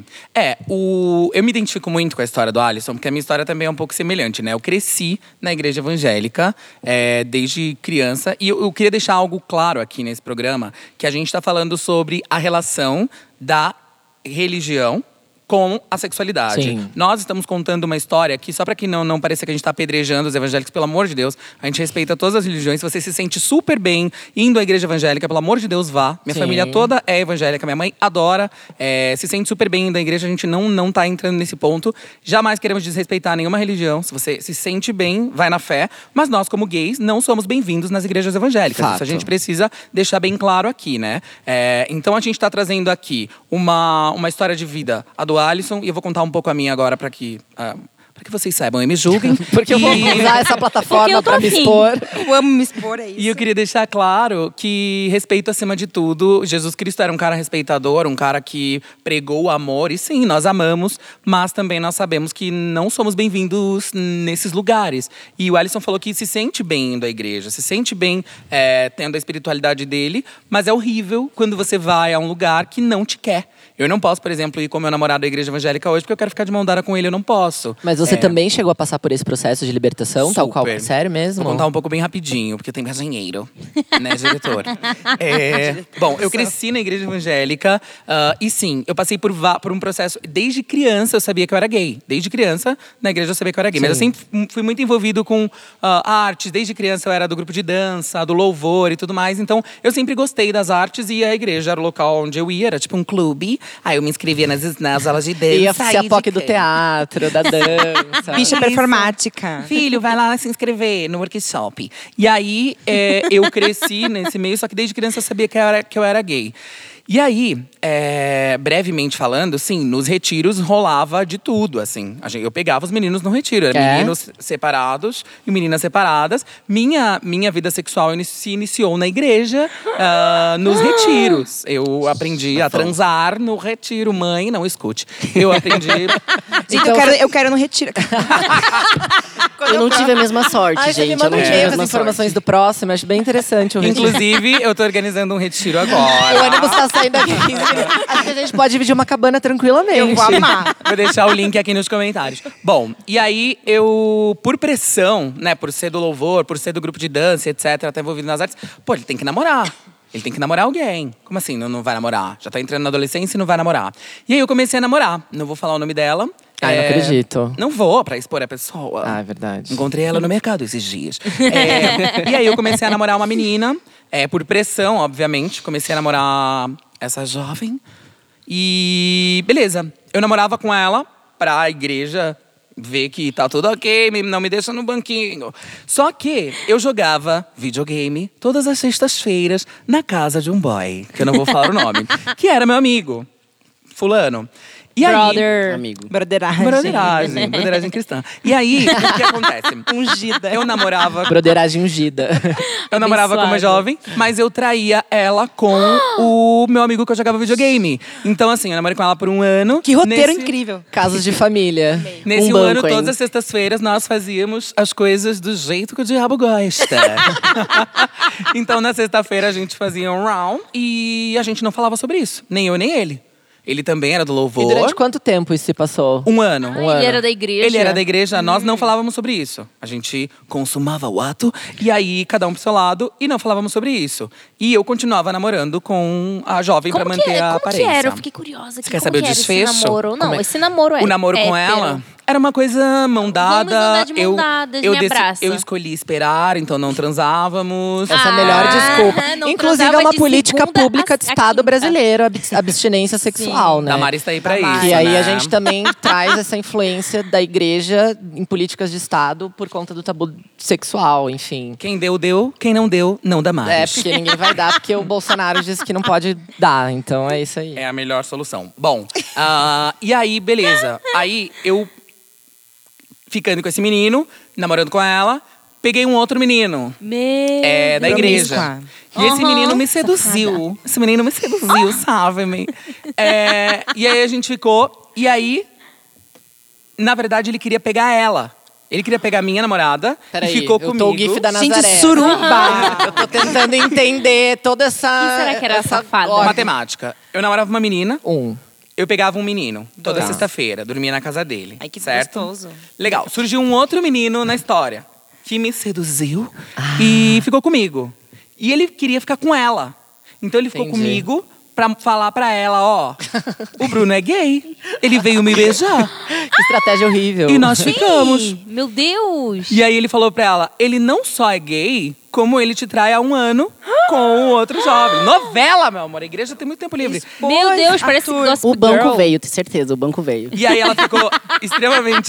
Eu me identifico muito com a história do Alisson, porque a minha história também é um pouco semelhante, né? Eu cresci na igreja evangélica desde criança. E eu queria deixar algo claro aqui nesse programa, que a gente está falando sobre a relação da religião com a sexualidade. Sim. Nós estamos contando uma história aqui, só para que não pareça que a gente está apedrejando os evangélicos, pelo amor de Deus. A gente respeita todas as religiões. Se você se sente super bem indo à igreja evangélica, pelo amor de Deus, vá. Minha Sim. família toda é evangélica, minha mãe adora, se sente super bem indo à igreja. A gente não tá entrando nesse ponto. Jamais queremos desrespeitar nenhuma religião. Se você se sente bem, vai na fé. Mas nós, como gays, não somos bem-vindos nas igrejas evangélicas. Fato. Isso a gente precisa deixar bem claro aqui, né? Então a gente está trazendo aqui uma história de vida, a do Alisson, e eu vou contar um pouco a minha agora para que vocês saibam e me julguem. Porque eu vou usar essa plataforma Porque eu tô pra me afim. expor. Eu amo me expor, é isso. E eu queria deixar claro que respeito acima de tudo. Jesus Cristo era um cara respeitador, um cara que pregou o amor. E sim, nós amamos, mas também nós sabemos que não somos bem-vindos nesses lugares. E o Alisson falou que se sente bem indo à igreja, se sente bem tendo a espiritualidade dele, mas é horrível quando você vai a um lugar que não te quer. Eu não posso, por exemplo, ir com meu namorado à igreja evangélica hoje porque eu quero ficar de mão dada com ele, eu não posso. Mas você também chegou a passar por esse processo de libertação, tal qual? Super. Sério mesmo? Vou contar um pouco bem rapidinho, porque tem mais dinheiro, né, diretor? Bom, eu cresci na igreja evangélica e sim, eu passei por um processo. Desde criança eu sabia que eu era gay. Desde criança, na igreja eu sabia que eu era gay. Mas eu sempre fui muito envolvido com artes. Desde criança eu era do grupo de dança, do louvor e tudo mais. Então, eu sempre gostei das artes e a igreja era o local onde eu ia. Era tipo um clube. Aí eu me inscrevia nas aulas de dança. Ia ser a e POC de do teatro, da dança. Bicha performática. Filho, vai lá se inscrever no workshop. E aí, eu cresci nesse meio, só que desde criança eu sabia que eu era gay. E aí, brevemente falando, sim, nos retiros rolava de tudo, assim. Eu pegava os meninos no retiro. Eram meninos separados e meninas separadas. Minha vida sexual se iniciou na igreja, nos retiros. Eu aprendi a transar no retiro. Mãe, não escute. Eu aprendi… Gente, eu quero no retiro. Eu não tive a mesma sorte, Ai, você me gente. Eu manda não um tive a e-mail com mesma as informações sorte. do próximo. Acho bem interessante o retiro. Inclusive, eu tô organizando um retiro agora. O ônibus tá saindo daqui 15 minutos. Acho que a gente pode dividir uma cabana tranquilamente. Eu vou amar. Vou deixar o link aqui nos comentários. Bom, e aí eu, por pressão, né, por ser do louvor, por ser do grupo de dança, etc., até envolvido nas artes, ele tem que namorar. Ele tem que namorar alguém. Como assim, não vai namorar? Já tá entrando na adolescência e não vai namorar. E aí eu comecei a namorar. Não vou falar o nome dela. Ai, não acredito. Não vou pra expor a pessoa. Ah, é verdade. Encontrei ela no mercado esses dias. E aí eu comecei a namorar uma menina. Por pressão, obviamente. Comecei a namorar essa jovem. E beleza. Eu namorava com ela pra igreja ver que tá tudo ok, não me deixa no banquinho. Só que eu jogava videogame todas as sextas-feiras na casa de um boy, que eu não vou falar o nome, que era meu amigo, fulano. E Brother. Amigo. broderagem cristã. E aí, o que acontece? Ungida. Eu namorava Broderagem ungida. Eu namorava com uma Abençoada. jovem, mas eu traía ela com o meu amigo que eu jogava videogame. Então, assim, eu namorei com ela por um ano. Que roteiro Nesse- incrível. Casos de família. Nesse Um ano, banco, hein? todas as sextas-feiras, nós fazíamos as coisas do jeito que o diabo gosta. Então, na sexta-feira, a gente fazia um round e a gente não falava sobre isso. Nem eu, nem ele. Ele também era do louvor. E durante quanto tempo isso se passou? Um ano. Ele era da igreja. Ele era da igreja, nós não falávamos sobre isso. A gente consumava o ato, e aí cada um pro seu lado, e não falávamos sobre isso. E eu continuava namorando com a jovem pra manter a Como que aparência. era? Eu fiquei curiosa. Você quer saber o desfecho? Esse namoro? Não, Como é? esse namoro é O namoro com hétero. ela Era uma coisa mão dada. Vamos andar de mão dadas, me abraça. Eu escolhi esperar, então não transávamos. Essa é a melhor desculpa. não Inclusive, transava é uma de política segunda pública a de Estado quinta. brasileiro, abstinência sexual, né? Damares tá aí pra isso, E aí né? a gente também traz essa influência da igreja em políticas de Estado por conta do tabu sexual, enfim. Quem deu, deu. Quem não deu, não dá mais. É, porque ninguém vai dar, porque o Bolsonaro disse que não pode dar. Então é isso aí. É a melhor solução. Bom, e aí, beleza. Aí eu, ficando com esse menino, namorando com ela, peguei um outro menino. Da igreja. Promíscua. E esse Aham. menino me seduziu. Esse menino me seduziu, sabe? E aí a gente ficou. E aí, na verdade, ele queria pegar ela. Ele queria pegar a minha namorada Peraí, e ficou eu comigo. tô o gif da Gente, Nazaré. suruba. Eu tô tentando entender toda essa... Quem será que era essa safada? ordem. Matemática. Eu namorava uma menina, Um. eu pegava um menino toda Tá. sexta-feira, dormia na casa dele. Ai, que certo? gostoso. Legal. Surgiu um outro menino na história que me seduziu e ficou comigo. E ele queria ficar com ela. Então ele ficou Entendi. comigo pra falar pra ela, ó, o Bruno é gay. Ele veio me beijar Que estratégia horrível. e nós ficamos. Ih, meu Deus! E aí ele falou pra ela, ele não só é gay, como ele te trai há 1 ano com o outro jovem. Novela, meu amor. A igreja tem muito tempo livre. Meu Deus, parece Gossip O banco Girl. veio, tenho certeza, o banco veio. E aí ela ficou extremamente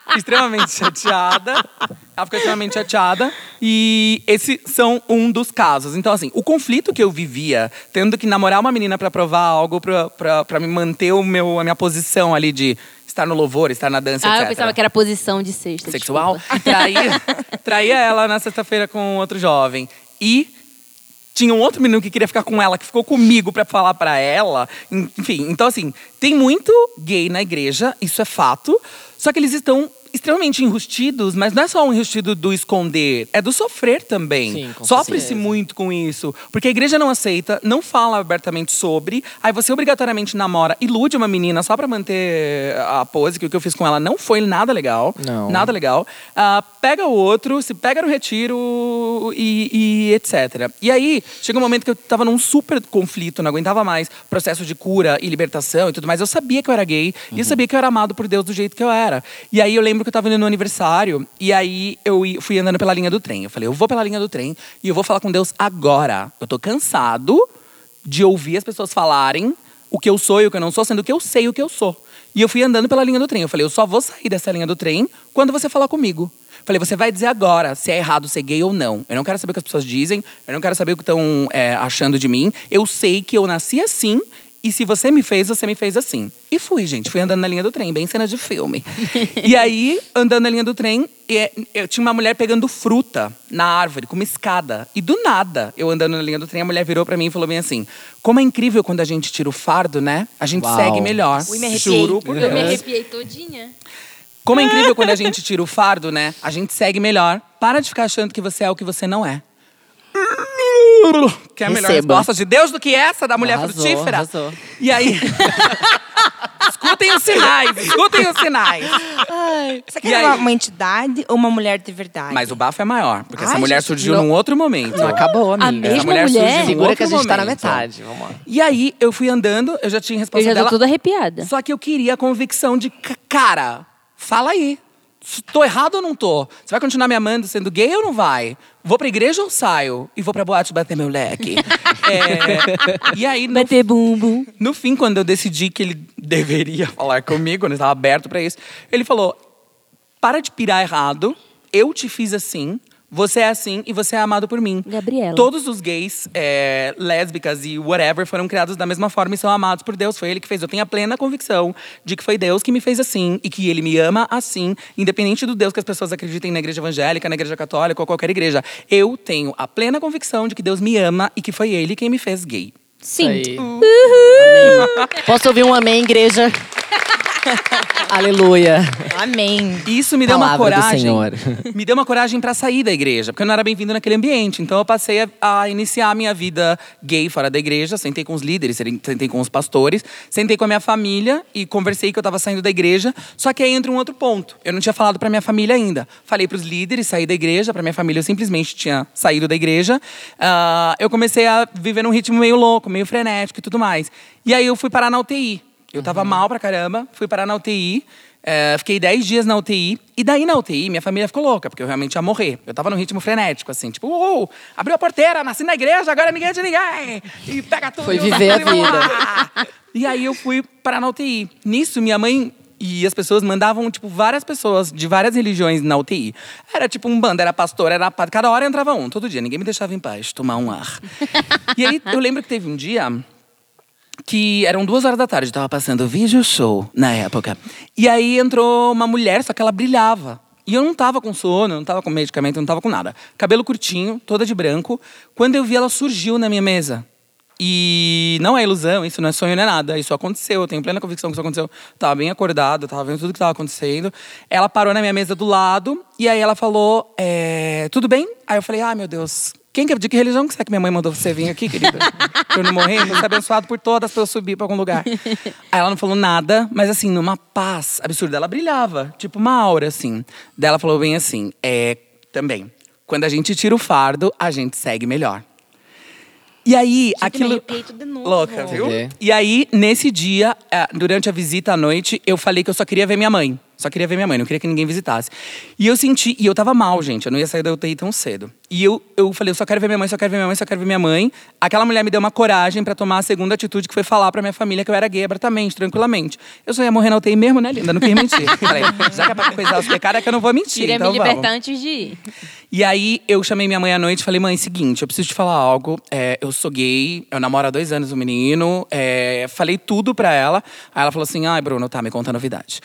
chateada. Ela ficou extremamente chateada. E esses são um dos casos. Então, assim, o conflito que eu vivia, tendo que namorar uma menina pra provar algo, pra me manter a minha posição ali de estar no louvor, estar na dança, etc. Eu pensava que era posição de sexta. Sexual. desculpa. Traía ela na sexta-feira com outro jovem. E tinha um outro menino que queria ficar com ela, que ficou comigo pra falar pra ela. Enfim, então assim, tem muito gay na igreja, isso é fato. Só que eles estão extremamente enrustidos, mas não é só um enrustido do esconder, é do sofrer também. Sim, com Sofre-se certeza. muito com isso. Porque a igreja não aceita, não fala abertamente sobre. Aí você obrigatoriamente namora, ilude uma menina só pra manter a pose, que o que eu fiz com ela não foi nada legal. Não. Nada legal. Pega o outro, se pega no retiro e etc. E aí, chega um momento que eu tava num super conflito, não aguentava mais. Processo de cura e libertação e tudo mais. Eu sabia que eu era gay e eu sabia que eu era amado por Deus do jeito que eu era. E aí eu lembro que eu tava indo no aniversário e aí fui andando pela linha do trem. Eu falei, eu vou pela linha do trem e eu vou falar com Deus agora. Eu tô cansado de ouvir as pessoas falarem o que eu sou e o que eu não sou, sendo que eu sei o que eu sou. E eu fui andando pela linha do trem. Eu falei, eu só vou sair dessa linha do trem quando você falar comigo. Falei, você vai dizer agora se é errado ser gay ou não. Eu não quero saber o que as pessoas dizem, eu não quero saber o que estão achando de mim. Eu sei que eu nasci assim. E se você me fez assim. E fui, gente. Fui andando na linha do trem, bem cena de filme. E aí, andando na linha do trem, eu tinha uma mulher pegando fruta na árvore, com uma escada. E do nada, eu andando na linha do trem, a mulher virou pra mim e falou bem assim: como é incrível quando a gente tira o fardo, né? A gente Uau. segue melhor. Ui, me arrepiei. Juro por Eu me Deus. arrepiei todinha. Como é incrível quando a gente tira o fardo, né? A gente segue melhor. Para de ficar achando que você é o que você não é. Que é a melhor Receba. resposta de Deus do que essa da mulher Arrasou, frutífera. arrasou. E aí… Escutem os sinais, escutem os sinais. Você E quer aí? uma entidade ou uma mulher de verdade? Mas o bafo é maior, porque essa Ai, mulher gente, surgiu não- num outro momento. Não acabou, amiga. mesma Essa mulher mulher? surgiu num Segura outro que a gente tá na momento. metade. Vamos lá. E aí, eu fui andando, eu já tinha Eu resposta já tô dela. toda arrepiada. Só que eu queria a convicção de, cara, fala aí. Tô errado ou não tô? Você vai continuar me amando sendo gay ou não vai? Vou pra igreja ou saio? E vou pra boate bater meu leque? E aí, Bater bumbum. no fim, quando eu decidi que ele deveria falar comigo, quando eu estava aberto pra isso, ele falou: para de pirar errado, eu te fiz assim, você é assim e você é amado por mim. Gabriela. Todos os gays, lésbicas e whatever foram criados da mesma forma e são amados por Deus. Foi ele que fez. Eu tenho a plena convicção de que foi Deus que me fez assim e que ele me ama assim, independente do Deus que as pessoas acreditem na igreja evangélica, na igreja católica ou qualquer igreja. Eu tenho a plena convicção de que Deus me ama e que foi ele quem me fez gay. Sim. Aí. Posso ouvir um amém, igreja? Aleluia. Amém. Isso me deu uma Palavra do coragem. Senhor. Me deu uma coragem pra sair da igreja, porque eu não era bem-vindo naquele ambiente. Então eu passei a iniciar a minha vida gay fora da igreja, sentei com os líderes, sentei com os pastores, sentei com a minha família e conversei que eu tava saindo da igreja. Só que aí entra um outro ponto. Eu não tinha falado pra minha família ainda. Falei pros líderes, saí da igreja, pra minha família eu simplesmente tinha saído da igreja. Eu comecei a viver num ritmo meio louco, meio frenético e tudo mais. E aí eu fui parar na UTI. Eu tava mal pra caramba, fui parar na UTI. Fiquei 10 dias na UTI. E daí na UTI, minha família ficou louca, porque eu realmente ia morrer. Eu tava num ritmo frenético, assim, tipo, uou, abriu a porteira, nasci na igreja, agora ninguém é de ninguém. E pega tudo. Foi viver a vida. E aí eu fui parar na UTI. Nisso, minha mãe e as pessoas mandavam, tipo, várias pessoas de várias religiões na UTI. Era tipo um bando, era pastor, era padre. Cada hora entrava um, todo dia. Ninguém me deixava em paz, tomar um ar. E aí, eu lembro que teve um dia que eram 2 horas da tarde, eu tava passando vídeo show na época. E aí entrou uma mulher, só que ela brilhava. E eu não tava com sono, não tava com medicamento, não tava com nada. Cabelo curtinho, toda de branco. Quando eu vi, ela surgiu na minha mesa. E não é ilusão, isso não é sonho, não é nada. Isso aconteceu, eu tenho plena convicção que isso aconteceu. Tava bem acordado, tava vendo tudo que tava acontecendo. Ela parou na minha mesa do lado, e aí ela falou, tudo bem? Aí eu falei, ai meu Deus, de que religião que você é que minha mãe mandou você vir aqui, querida? Pra eu não morrer, vou ser abençoado por todas pra eu subir pra algum lugar. Aí ela não falou nada, mas assim, numa paz absurda. Ela brilhava, tipo uma aura, assim. Daí ela falou bem assim, também, quando a gente tira o fardo, a gente segue melhor. E aí, aquilo… De novo. Louca, viu? E aí, nesse dia, durante a visita à noite, eu falei que eu só queria ver minha mãe. Só queria ver minha mãe, não queria que ninguém visitasse. E eu senti… E eu tava mal, gente. Eu não ia sair da UTI tão cedo. E eu falei, eu só quero ver minha mãe, só quero ver minha mãe, só quero ver minha mãe. Aquela mulher me deu uma coragem pra tomar a segunda atitude, que foi falar pra minha família que eu era gay abertamente, tranquilamente. Eu só ia morrer na UTI mesmo, né, linda? Não quis mentir. Falei, já que é pra coisar os pecados, é que eu não vou mentir. Queria então me libertar antes de ir. E aí, eu chamei minha mãe à noite e falei, mãe, seguinte, eu preciso te falar algo. Eu sou gay, eu namoro há 2 anos um menino. Falei tudo pra ela. Aí ela falou assim, ai, Bruno, tá, me conta a novidade.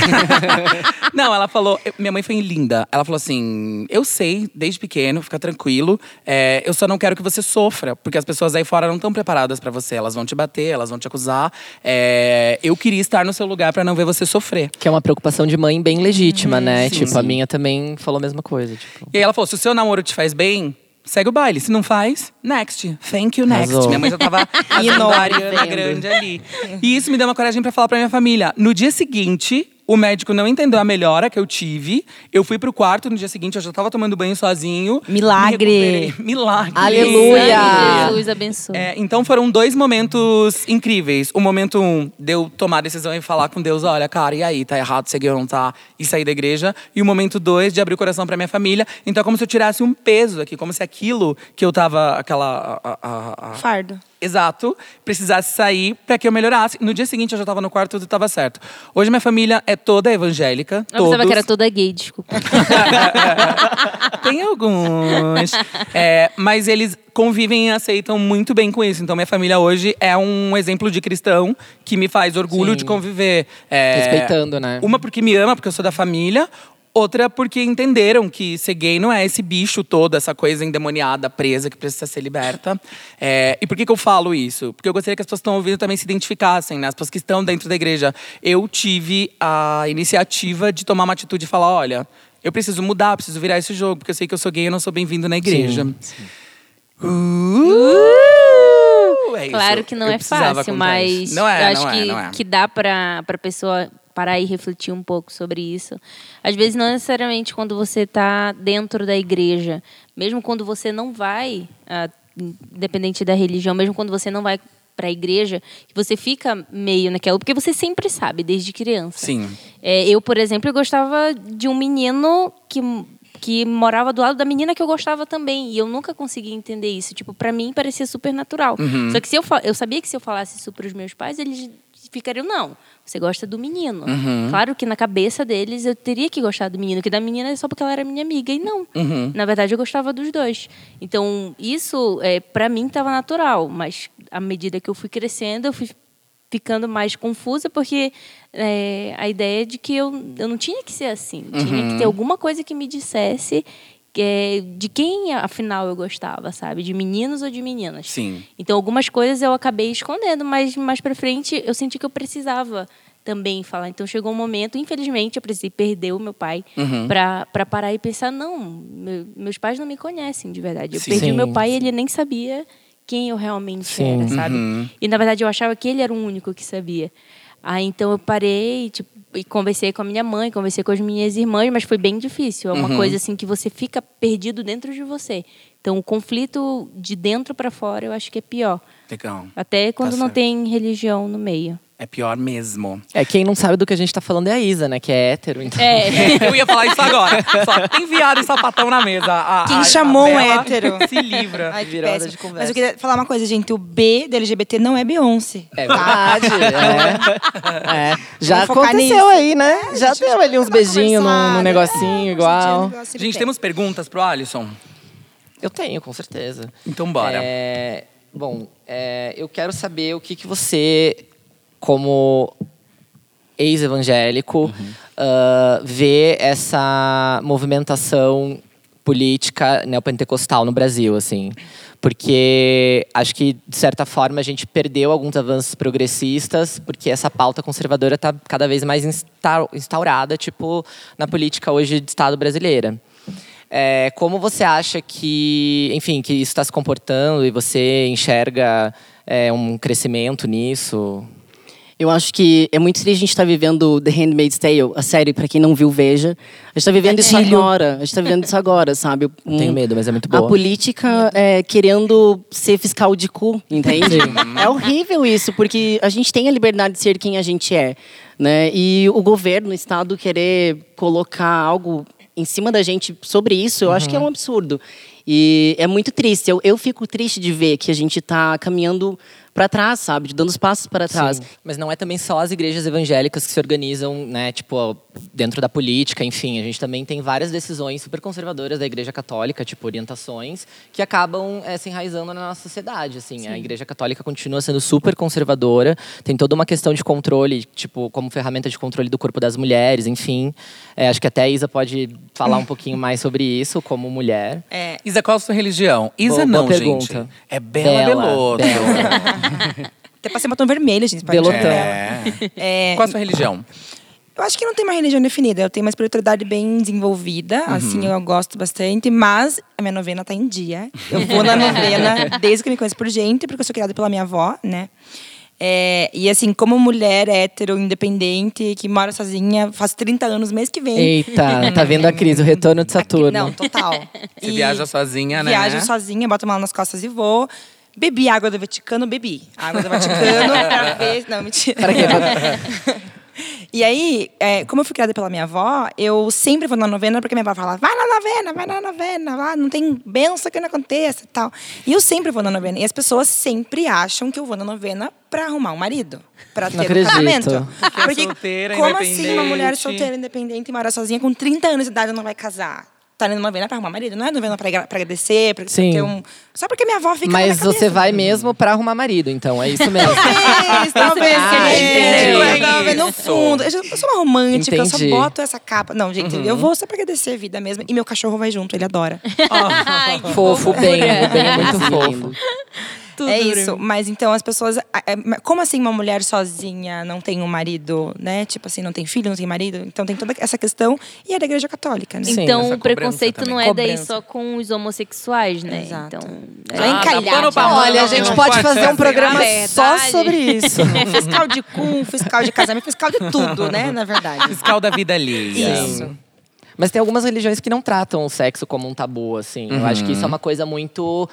Não, ela falou… Minha mãe foi linda. Ela falou assim, eu sei, desde pequeno, fica tranquilo. Eu só não quero que você sofra. Porque as pessoas aí fora não estão preparadas pra você. Elas vão te bater, elas vão te acusar. Eu queria estar no seu lugar pra não ver você sofrer. Que é uma preocupação de mãe bem legítima, né? Sim, tipo, sim. a minha também falou a mesma coisa. Tipo. E aí ela falou, se o seu namoro te faz bem… segue o baile. Se não faz, next. Thank you, next. Arrasou. Minha mãe já tava fazendo a Ariana Grande ali. E isso me deu uma coragem pra falar pra minha família. No dia seguinte, o médico não entendeu a melhora que eu tive. Eu fui pro quarto, no dia seguinte eu já tava tomando banho sozinho. Milagre. Me recuperei. Milagre. Aleluia. Sangue de Jesus abençoe. Então foram 2 momentos incríveis. O momento 1, de eu tomar a decisão e falar com Deus, olha, cara, e aí, tá errado, seguir ou não tá? E sair da igreja. E o momento 2, de abrir o coração pra minha família. Então é como se eu tirasse um peso aqui, como se aquilo que eu tava, Fardo. Exato, precisasse sair pra que eu melhorasse. No dia seguinte eu já tava no quarto, tudo tava certo. Hoje minha família é toda evangélica. Eu pensava que era toda gay, desculpa. Tem alguns. Mas eles convivem e aceitam muito bem com isso. Então minha família hoje é um exemplo de cristão que me faz orgulho Sim. de conviver. Respeitando, né? Uma porque me ama, porque eu sou da família. Outra porque entenderam que ser gay não é esse bicho todo, essa coisa endemoniada, presa, que precisa ser liberta. E por que eu falo isso? Porque eu gostaria que as pessoas que estão ouvindo também se identificassem, né? As pessoas que estão dentro da igreja. Eu tive a iniciativa de tomar uma atitude e falar, olha, eu preciso mudar, preciso virar esse jogo, porque eu sei que eu sou gay e eu não sou bem-vindo na igreja. Sim. É isso. Claro que não Eu é precisava fácil, contar mas isso. Não é, eu acho não é. que dá pra pessoa parar e refletir um pouco sobre isso. Às vezes, não necessariamente quando você está dentro da igreja, mesmo quando você não vai, independente da religião, mesmo quando você não vai para a igreja, que você fica meio naquela… Porque você sempre sabe, desde criança. Sim. Eu, por exemplo, eu gostava de um menino que morava do lado da menina que eu gostava também. E eu nunca conseguia entender isso. Tipo, pra mim, parecia super natural. Uhum. Só que eu sabia que se eu falasse isso pros meus pais, eles ficariam, não, você gosta do menino. Uhum. Claro que na cabeça deles, eu teria que gostar do menino. Que da menina é só porque ela era minha amiga. E não. Uhum. Na verdade, eu gostava dos dois. Então, isso, pra mim, estava natural. Mas, à medida que eu fui crescendo, eu fui ficando mais confusa, porque a ideia de que eu não tinha que ser assim. Tinha que ter alguma coisa que me dissesse de quem, afinal, eu gostava, sabe? De meninos ou de meninas. Sim. Então, algumas coisas eu acabei escondendo, mas mais pra frente eu senti que eu precisava também falar. Então, chegou um momento, infelizmente, eu precisei perder o meu pai pra parar e pensar, não, meus pais não me conhecem de verdade. Eu perdi o meu pai e ele nem sabia quem eu realmente era, sabe? E, na verdade, eu achava que ele era o único que sabia. Aí, então, eu parei, e conversei com a minha mãe, conversei com as minhas irmãs, mas foi bem difícil. É uma coisa, assim, que você fica perdido dentro de você. Então, o conflito de dentro para fora, eu acho que é pior. Legal. Até quando não certo. tem religião no meio. É pior mesmo. Quem não sabe do que a gente tá falando é a Isa, né? Que é hétero, então. Eu ia falar isso agora. Só tem viado e sapatão na mesa. Quem chamou um Bela hétero? se livra. Ai, que Virada péssimo. de conversa. Mas eu queria falar uma coisa, gente. O B da LGBT não é Beyoncé. É verdade. Já Vamos focar aconteceu nisso. aí, né? Já deu ali uns beijinhos no Conversada. negocinho igual. Gente, temos perguntas pro Alisson? Eu tenho, com certeza. Então bora. Eu quero saber o que você, como ex-evangélico, vê essa movimentação política neopentecostal no Brasil, assim. Porque acho que, de certa forma, a gente perdeu alguns avanços progressistas, porque essa pauta conservadora está cada vez mais instaurada, tipo, na política hoje de Estado brasileira. Como você acha que, enfim, que isso está se comportando e você enxerga um crescimento nisso? Eu acho que é muito triste a gente estar vivendo The Handmaid's Tale, a série, pra quem não viu, veja. A gente tá vivendo isso agora. A gente tá vivendo isso agora, sabe? Tenho medo, mas é muito boa. A política querendo ser fiscal de cu, entende? É horrível isso, porque a gente tem a liberdade de ser quem a gente é, né? E o governo, o Estado querer colocar algo em cima da gente sobre isso, eu acho que é um absurdo. E é muito triste. Eu fico triste de ver que a gente tá caminhando para trás, sabe? Dando os passos para trás. Sim. Mas não é também só as igrejas evangélicas que se organizam, né? Tipo, dentro da política, enfim. A gente também tem várias decisões super conservadoras da Igreja Católica, tipo, orientações, que acabam se enraizando na nossa sociedade, assim. Sim. A Igreja Católica continua sendo super conservadora. Tem toda uma questão de controle, tipo, como ferramenta de controle do corpo das mulheres, enfim. Acho que até a Isa pode falar um pouquinho mais sobre isso, como mulher. Isa, qual a sua religião? Isa Boa não, pergunta. gente. É Bela Belotto. Até passei batom vermelho, gente. Belotão. Qual a sua religião? Eu acho que não tem uma religião definida. Eu tenho uma espiritualidade bem desenvolvida. Assim, eu gosto bastante. Mas a minha novena tá em dia. Eu vou na novena desde que eu me conheço por gente. Porque eu sou criada pela minha avó, né? E assim, como mulher hétero, independente, que mora sozinha, faz 30 anos mês que vem. Eita, tá vendo a crise, o retorno de Saturno. Não, total. Você viaja sozinha, né? Viajo sozinha, boto a mala nas costas e vou. Bebi água do Vaticano, bebi. Água do Vaticano pra ver… Não, mentira. Para quê? E aí, como eu fui criada pela minha avó, eu sempre vou na novena, porque minha avó fala, vai na novena, lá, não tem benção que não aconteça e tal. E eu sempre vou na novena. E as pessoas sempre acham que eu vou na novena pra arrumar um marido. Pra ter um casamento. Porque solteira, como assim uma mulher independente. solteira, independente, e mora sozinha, com 30 anos de idade, não vai casar? Tá indo numa novena pra arrumar marido, não é novena pra agradecer, pra Sim. ter um… Só porque minha avó fica na Mas minha cabeça. você vai mesmo pra arrumar marido, então, é isso mesmo. Talvez, entendi. talvez no fundo. Eu sou uma romântica, eu Entendi. só boto essa capa. Não, gente, eu vou só pra agradecer a vida mesmo. E meu cachorro vai junto, ele adora. Ai, que Fofo, o bem é muito Lindo. fofo. tudo. É isso. Mas então as pessoas… Como assim uma mulher sozinha não tem um marido, né? Tipo assim, não tem filho, não tem marido? Então tem toda essa questão. E é da Igreja Católica, né? Sim, Então essa o preconceito cobrança não é também. daí Cobrança. só com os homossexuais, né? Exato. Então, Só encalhado. dá pano pra Olha, a manga, gente não pode fazer um fazer. programa Na só verdade. sobre isso. Fiscal de cu, fiscal de casamento, fiscal de tudo, né? Na verdade. Fiscal da vida alheia. Isso. Mas tem algumas religiões que não tratam o sexo como um tabu, assim. Eu acho que isso é uma coisa muito…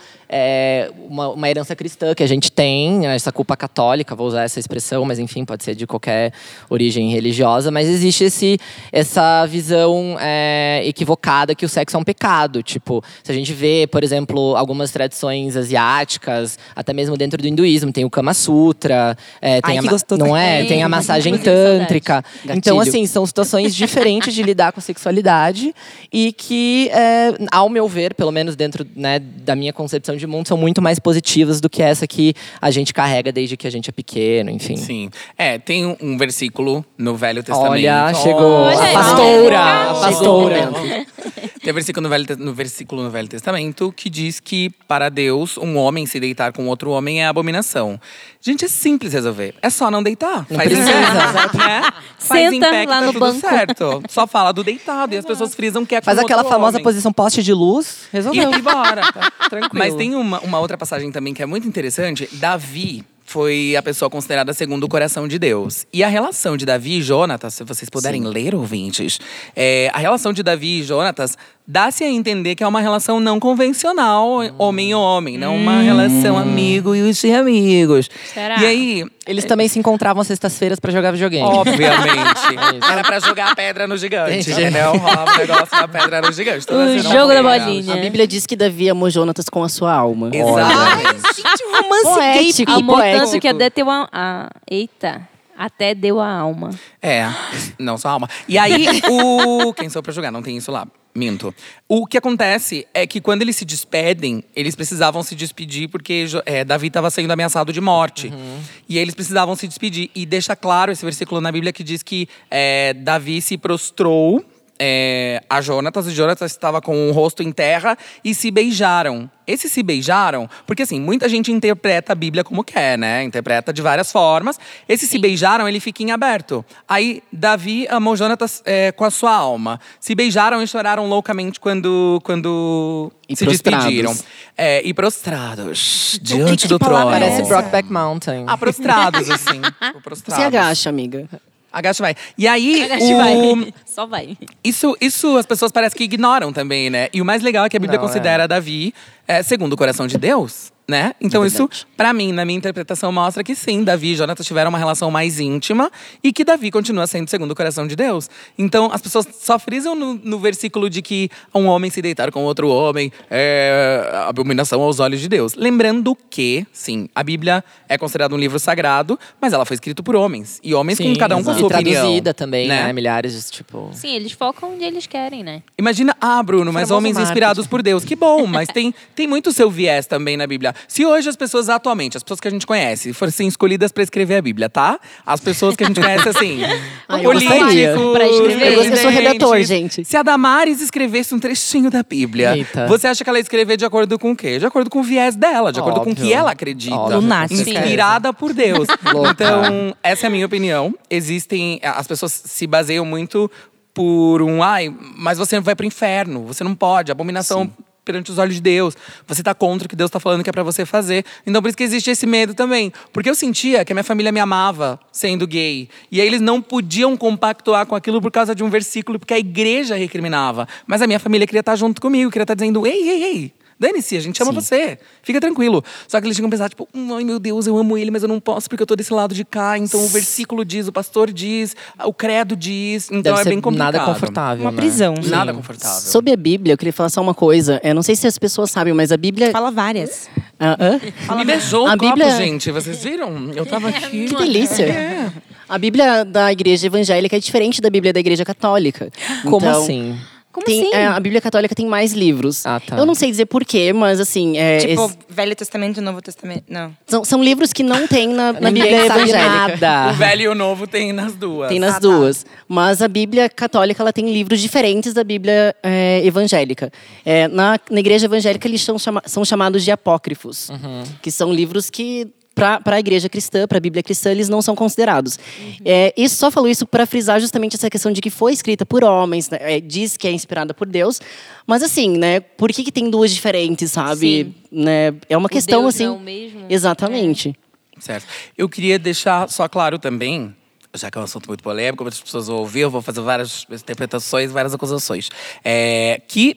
uma herança cristã que a gente tem, né? Essa culpa católica, vou usar essa expressão, mas enfim, pode ser de qualquer origem religiosa. Mas existe essa visão equivocada que o sexo é um pecado. Tipo, se a gente vê, por exemplo, algumas tradições asiáticas, até mesmo dentro do hinduísmo, tem o Kama Sutra. Tem que gostoso. Não é? Tem a massagem tântrica. Então, Gatilho. assim, são situações diferentes de lidar com a sexualidade e que, ao meu ver, pelo menos dentro, né, da minha concepção de mundo, são muito mais positivas do que essa que a gente carrega desde que a gente é pequeno, enfim. Sim. Tem um versículo no Velho Testamento. Olha, chegou Olha a aí. pastora. A Chegou o pastora. Tem um versículo no Velho Testamento que diz que, para Deus, um homem se deitar com outro homem é abominação. Gente, é simples resolver. É só não deitar. Não Faz em precisa. pé, né? Faz em Senta pé que lá tá no tudo banco. certo. Só fala do deitado. E as pessoas frisam que é com Faz aquela outro famosa homem. posição poste de luz. Resolveu. E bora. Tranquilo. Mas tem uma outra passagem também que é muito interessante. Davi foi a pessoa considerada segundo o coração de Deus. E a relação de Davi e Jonatas, se vocês puderem ler, ouvintes, a relação de Davi e Jonatas dá-se a entender que é uma relação não convencional, homem e homem, não uma relação amigo e os amigos. Será? E aí, Eles também se encontravam às sextas-feiras pra jogar videogame. obviamente, era pra jogar a pedra no gigante, entendeu? Rolava o negócio da pedra no gigante. Toda O sexta-feira. jogo da bolinha. A Bíblia diz que Davi amou Jonatas com a sua alma. Exatamente. Gente, um romance gay. Poético. Amor poético. tanto que até deu até deu a alma. É, não só alma. E aí, quem sou pra jogar? Não tem isso lá. Minto. O que acontece é que quando eles se despedem, eles precisavam se despedir porque Davi estava sendo ameaçado de morte. E eles precisavam se despedir. E deixa claro esse versículo na Bíblia que diz que Davi se prostrou a Jonatas, e Jonatas estava com o rosto em terra e se beijaram. Esses se beijaram, porque assim, muita gente interpreta a Bíblia como quer, né? Interpreta de várias formas. Esses se beijaram, ele fica em aberto. Aí, Davi amou Jonatas com a sua alma. Se beijaram e choraram loucamente quando E se prostrados. despediram. E prostrados, diante do trono. Parece Brokeback Mountain. Prostrados, assim. Prostrados. Se agacha, amiga. Agacha, vai. E aí, Vai. Só vai. Isso as pessoas parecem que ignoram também, né? E o mais legal é que a Bíblia Não, considera Davi segundo o coração de Deus, né? Então isso, pra mim, na minha interpretação, mostra que sim, Davi e Jonatas tiveram uma relação mais íntima e que Davi continua sendo segundo o coração de Deus. Então as pessoas só frisam no versículo de que um homem se deitar com outro homem é abominação aos olhos de Deus. Lembrando que, sim, a Bíblia é considerada um livro sagrado, mas ela foi escrita por homens. E homens com cada um com exato. sua E opinião. traduzida também, né? né? Milhares de, tipo… Sim, eles focam onde eles querem, né? Imagina, Bruno, mas Famoso homens marketing. inspirados por Deus. Que bom, mas tem muito seu viés também na Bíblia. Se hoje as pessoas atualmente, as pessoas que a gente conhece, fossem escolhidas pra escrever a Bíblia, tá? As pessoas que a gente conhece, assim, eu gostaria. Pra escrever. Eu sou redator, presidentes. gente. Se a Damares escrevesse um trechinho da Bíblia, Eita. você acha que ela ia escrever de acordo com o quê? De acordo com o viés dela, de acordo com o que Óbvio. ela acredita. Óbvio. Lunática. Inspirada por Deus. Louca. Então, essa é a minha opinião. As pessoas se baseiam muito por mas você vai pro inferno, você não pode, abominação perante os olhos de Deus. Você tá contra o que Deus tá falando que é pra você fazer. Então por isso que existe esse medo também. Porque eu sentia que a minha família me amava sendo gay. E aí eles não podiam compactuar com aquilo por causa de um versículo, porque a igreja recriminava. Mas a minha família queria estar junto comigo, queria estar dizendo, ei, dane-se, a gente ama você. Fica tranquilo. Só que eles tinham que pensar, tipo, ai meu Deus, eu amo ele, mas eu não posso porque eu tô desse lado de cá. Então o versículo diz, o pastor diz, o credo diz. Então Deve é ser bem complicado. nada confortável, Uma né? prisão. Nada confortável. Sobre a Bíblia, eu queria falar só uma coisa. Não sei se as pessoas sabem, mas a Bíblia… Fala várias. Me beijou A o copo, Bíblia- gente. Vocês viram? Eu tava aqui. Que delícia! A Bíblia da igreja evangélica é diferente da Bíblia da igreja católica. Como Então, assim? Como tem, assim? a Bíblia católica tem mais livros. Ah, tá. Eu não sei dizer porquê, mas assim… Tipo, Velho Testamento e Novo Testamento. Não. são livros que não tem na Ninguém Bíblia sabe evangélica. nada. O velho e o novo tem nas duas. Tem nas duas. Mas a Bíblia católica ela tem livros diferentes da Bíblia evangélica. Na igreja evangélica eles são chamados de apócrifos. Que são livros que… Para a igreja cristã, para a Bíblia cristã, eles não são considerados. Isso só falou isso para frisar justamente essa questão de que foi escrita por homens, né? Diz que é inspirada por Deus. Mas assim, né? Por que tem duas diferentes, sabe? Né? É uma questão Deus assim… não é o mesmo? Exatamente. Certo. Eu queria deixar só claro também, já que é um assunto muito polêmico, muitas pessoas vão ouvir, eu vou fazer várias interpretações, várias acusações. Que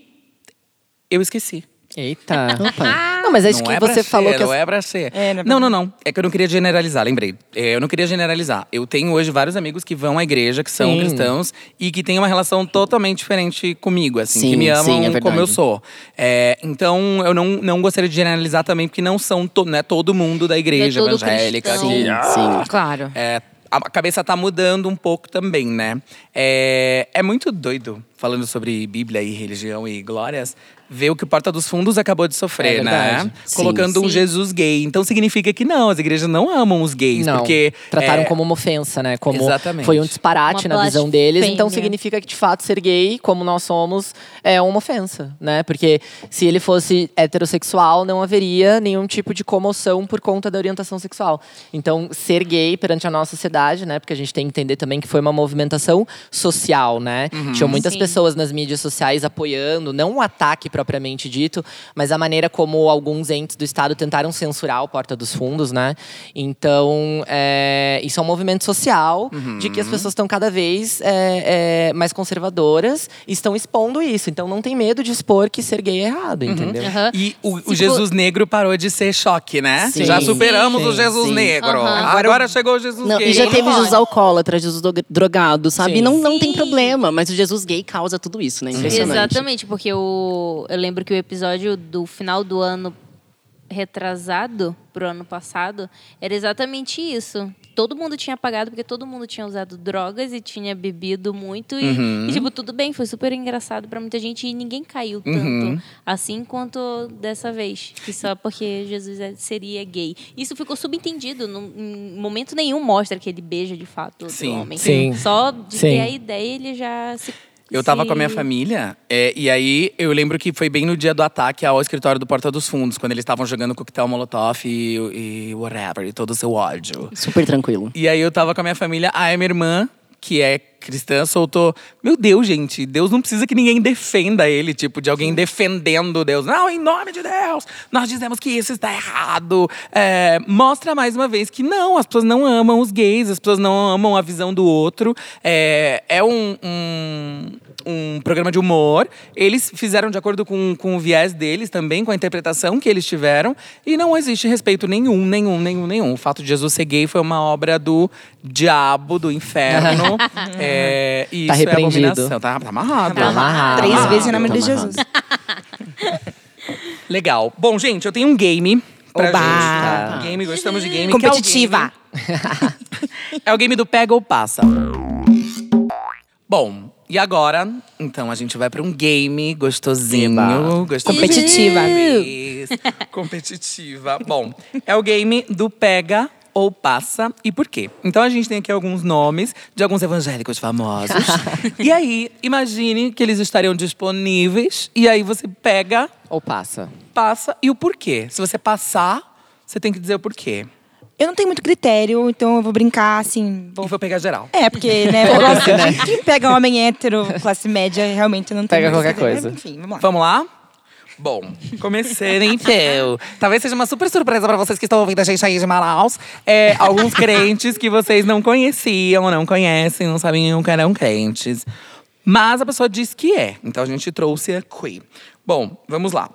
eu esqueci. Eita. Não, mas é isso Não que é pra você ser, falou que… não é pra ser. não é Não. É que eu não queria generalizar, lembrei. Eu não queria generalizar. Eu tenho hoje vários amigos que vão à igreja, que são Sim. cristãos e que têm uma relação totalmente diferente comigo, assim, Sim, que me amam sim, é verdade. como eu sou. Então, eu não gostaria de generalizar também, porque não é todo mundo da igreja Não é todo evangélica. cristão. Que, Sim. Claro. a cabeça tá mudando um pouco também, né? É muito doido, falando sobre Bíblia e religião e glórias, ver o que o Porta dos Fundos acabou de sofrer, É né? verdade. Colocando um Sim. Jesus gay. Então significa que não, as igrejas não amam os gays. Não, Porque trataram como uma ofensa, né? Como Exatamente. foi um disparate Uma na visão deles. Então blasfêmia. significa que, de fato, ser gay, como nós somos, é uma ofensa, né? Porque se ele fosse heterossexual, não haveria nenhum tipo de comoção por conta da orientação sexual. Então, ser gay perante a nossa sociedade, né? Porque a gente tem que entender também que foi uma movimentação social, né? Tinham muitas Sim. pessoas nas mídias sociais apoiando, não um ataque propriamente dito, mas a maneira como alguns entes do Estado tentaram censurar o Porta dos Fundos, né? Então, isso é um movimento social de que as pessoas estão cada vez mais conservadoras e estão expondo isso. Então, não tem medo de expor que ser gay é errado, entendeu? E o Jesus Negro parou de ser choque, né? Sim. Já superamos Sim, o Jesus sim. Negro. Agora chegou o Jesus Não, Gay. e já teve Jesus alcoólatra, Jesus drogado, sabe? Sim. Não tem Sim. problema, mas o Jesus gay causa tudo isso, né? Impressionante. Exatamente, porque eu lembro que o episódio do final do ano retrasado pro ano passado era exatamente isso. Todo mundo tinha pagado porque todo mundo tinha usado drogas e tinha bebido muito e tipo, tudo bem, foi super engraçado pra muita gente e ninguém caiu tanto assim quanto dessa vez, que só porque Jesus seria gay. Isso ficou subentendido, em momento nenhum mostra que ele beija de fato outro Sim. homem. Sim. Só de Sim. ter a ideia, ele já se Eu tava com a minha família, e aí eu lembro que foi bem no dia do ataque ao escritório do Porta dos Fundos, quando eles estavam jogando coquetel Molotov e whatever, e todo o seu ódio. Super tranquilo. E aí eu tava com a minha família, aí a minha irmã, que é cristã, soltou. Meu Deus, gente, Deus não precisa que ninguém defenda ele, tipo, de alguém defendendo Deus. Não, em nome de Deus, nós dizemos que isso está errado. Mostra mais uma vez que não, as pessoas não amam os gays, as pessoas não amam a visão do outro. É um programa de humor. Eles fizeram de acordo com o viés deles também, com a interpretação que eles tiveram. E não existe respeito nenhum. O fato de Jesus ser gay foi uma obra do diabo, do inferno. E Tá isso repreendido. é abominação. Tá amarrado. Tá amarrado. 3 vezes em nome Tá de amarrado. Jesus. Legal. Bom, gente, eu tenho um game pra Oba! gente. Um game, gostamos de game. Competitiva. Que é o game do Pega ou Passa. Bom, e agora, então, a gente vai pra um game gostosinho. Competitiva. Competitiva. Bom, é o game do Pega ou Passa e por quê? Então a gente tem aqui alguns nomes de alguns evangélicos famosos. E aí, imagine que eles estariam disponíveis. E aí você pega, Ou passa? passa e o porquê. Se você passar, você tem que dizer o porquê. Eu não tenho muito critério, então eu vou brincar assim. E vou pegar geral. Porque, né? Quem pega um homem hétero, classe média, realmente não tem Pega muito qualquer critério. coisa. Enfim, vamos lá. Vamos lá? Bom, comecei então. Talvez seja uma super surpresa pra vocês que estão ouvindo a gente aí de Manaus. Alguns crentes que vocês não conheciam, não conhecem, não sabiam que eram crentes. Mas a pessoa disse que é. Então a gente trouxe aqui. Bom, vamos lá.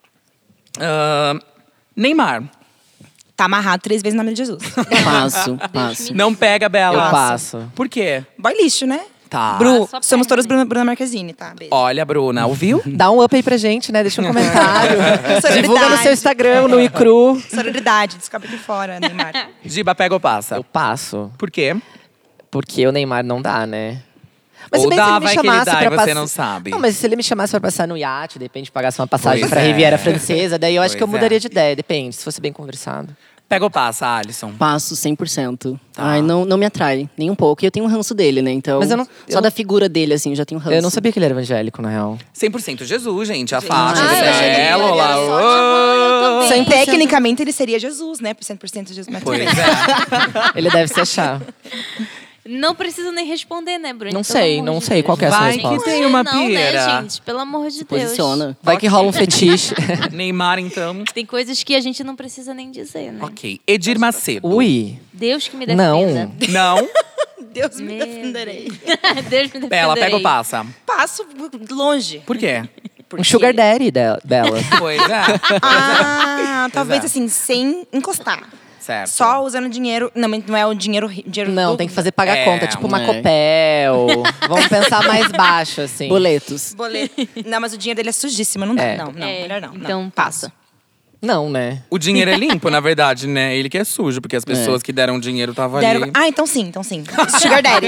Neymar. Tá amarrado 3 vezes em nome de Jesus. Passo. Não pega, Bela. Eu passo. Por quê? Boy lixo, né? Tá. Bru, Só somos pega, todos Bruna Marquezine, tá? Beijo. Olha, Bruna, ouviu? Dá um up aí pra gente, né? Deixa um comentário. Sororidade. Divulga no seu Instagram, no iCru. Sororidade, descobre aqui fora, Neymar. Giba, pega ou passa? Eu passo. Por quê? Porque o Neymar não dá, né? Ou se bem dá, se ele me vai que ele chamasse dá e pra você passar- não sabe. Não, mas se ele me chamasse pra passar no iate, de repente pagasse uma passagem Pois pra é. Riviera Francesa, daí eu acho que eu Pois mudaria é. de ideia. Depende, se fosse bem conversado. Pega ou passa, Alisson? Passo 100%. Tá. Ai, não me atrai, nem um pouco. E eu tenho um ranço dele, né? Então, Mas eu não- só da figura dele, assim, eu já tenho ranço. Eu não sabia que ele era evangélico, na real. 100% Jesus, gente. A faixa, Ah, o eu achei que ele célula. era só de Ô. Tecnicamente, ele seria Jesus, né? Por 100% Jesus. Mas Pois tudo bem. é. Ele deve se achar. Não precisa nem responder, né, Bruno? Não Pelo sei, amor não de sei Deus. qual que é a sua Vai que resposta. tem uma Não, pira. né, gente? Pelo amor de Deus. Posiciona. Vai que rola um fetiche. Neymar, então. Tem coisas que a gente não precisa nem dizer, né? Ok. Edir Macedo. Ui. Deus que me defenda. Não. Não. Deus me Meu defenderei. Deus me defenderei. Bela, pega ou passa? Passo longe. Por quê? Um sugar daddy dela. Pois é. Talvez é. assim, sem encostar. Certo. Só usando dinheiro. Não, mas não é o dinheiro. Não, do- tem que fazer pagar É, conta, tipo uma é. Copel. Vamos pensar mais baixo, assim. Boletos. Boleto. Não, mas o dinheiro dele é sujíssimo. Não dá. É. Não, melhor não. Então não. passa. Não, né? O dinheiro é limpo, na verdade, né? Ele que é sujo, porque as pessoas que deram dinheiro estavam Deram- ali. Ah, então sim. Sugar daddy.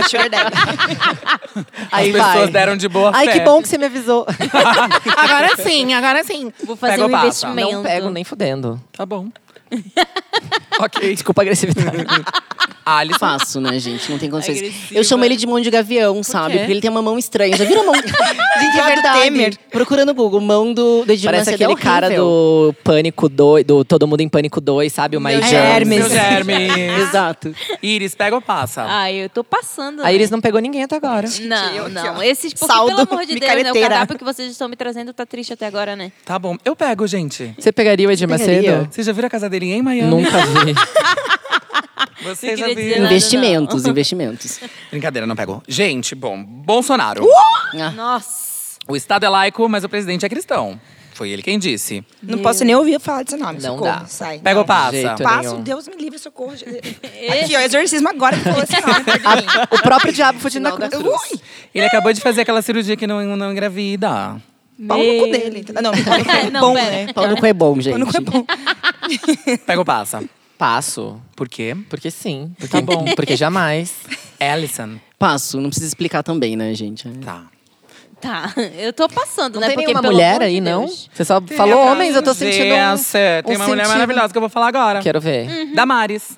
Aí As pessoas vai. deram de boa Ai, fé. que bom que você me avisou. Agora sim, agora sim. Vou fazer Pega ou um passa? investimento. Não pego nem fudendo. Tá bom. Ok. Desculpa a agressividade. Alisson. Passo, né, gente? Não tem condições. Agressiva. Eu chamo ele de mão de gavião, sabe? quê? Porque ele tem uma mão estranha. Já viram a mão? Gente, é Igual a do verdade. Temer. Procura no Google, mão do Edmar Parece Macedo, é aquele cara horrível. do Pânico 2, do Todo Mundo em Pânico 2, sabe? O Mike Meu Jones. Hermes. Seu Hermes. Exato. Iris, pega ou passa? Ai, eu tô passando. A Iris não pegou ninguém até agora. Não. Esses, porque Saldo, pelo amor de Deus, né? O micareteira. cardápio que vocês estão me trazendo tá triste até agora, né? Tá bom. Eu pego, gente. Você pegaria o Edir Pegaria. Macedo? Você já viu a casa dele em Miami? Nunca vi. Você já queria dizer viu? nada. Investimentos, investimentos. Brincadeira, não pegou. Gente, bom. Bolsonaro. Nossa. O Estado é laico, mas o presidente é cristão. Foi ele quem disse. Não posso nem ouvir falar desse nome. Não socorro. dá. Sai. Pega ou passa? jeito. Passo, nenhum. Deus me livre, socorro. Aqui, ó, exorcismo agora que falou esse nome. perto de mim. O próprio diabo fugindo da Sinal da cruz. Ui, Ele acabou de fazer aquela cirurgia que não engravida. pau no cu dele. Não, pau no cu é Não, bom, pera. né? Pau no cu é bom, gente. Pau no cu é bom. Pega ou passa? Passo. Por quê? Porque sim. Porque, Tá bom. Porque jamais. Alison. Passo, não precisa explicar também, né, gente? Tá. Tá, eu tô passando, Não né? tem Porque, nenhuma pelo mulher amor de aí, não? Deus. Você só falou homens, eu tô sentindo Gente, tem um uma mulher sentido. maravilhosa que eu vou falar agora. Quero ver. Damares.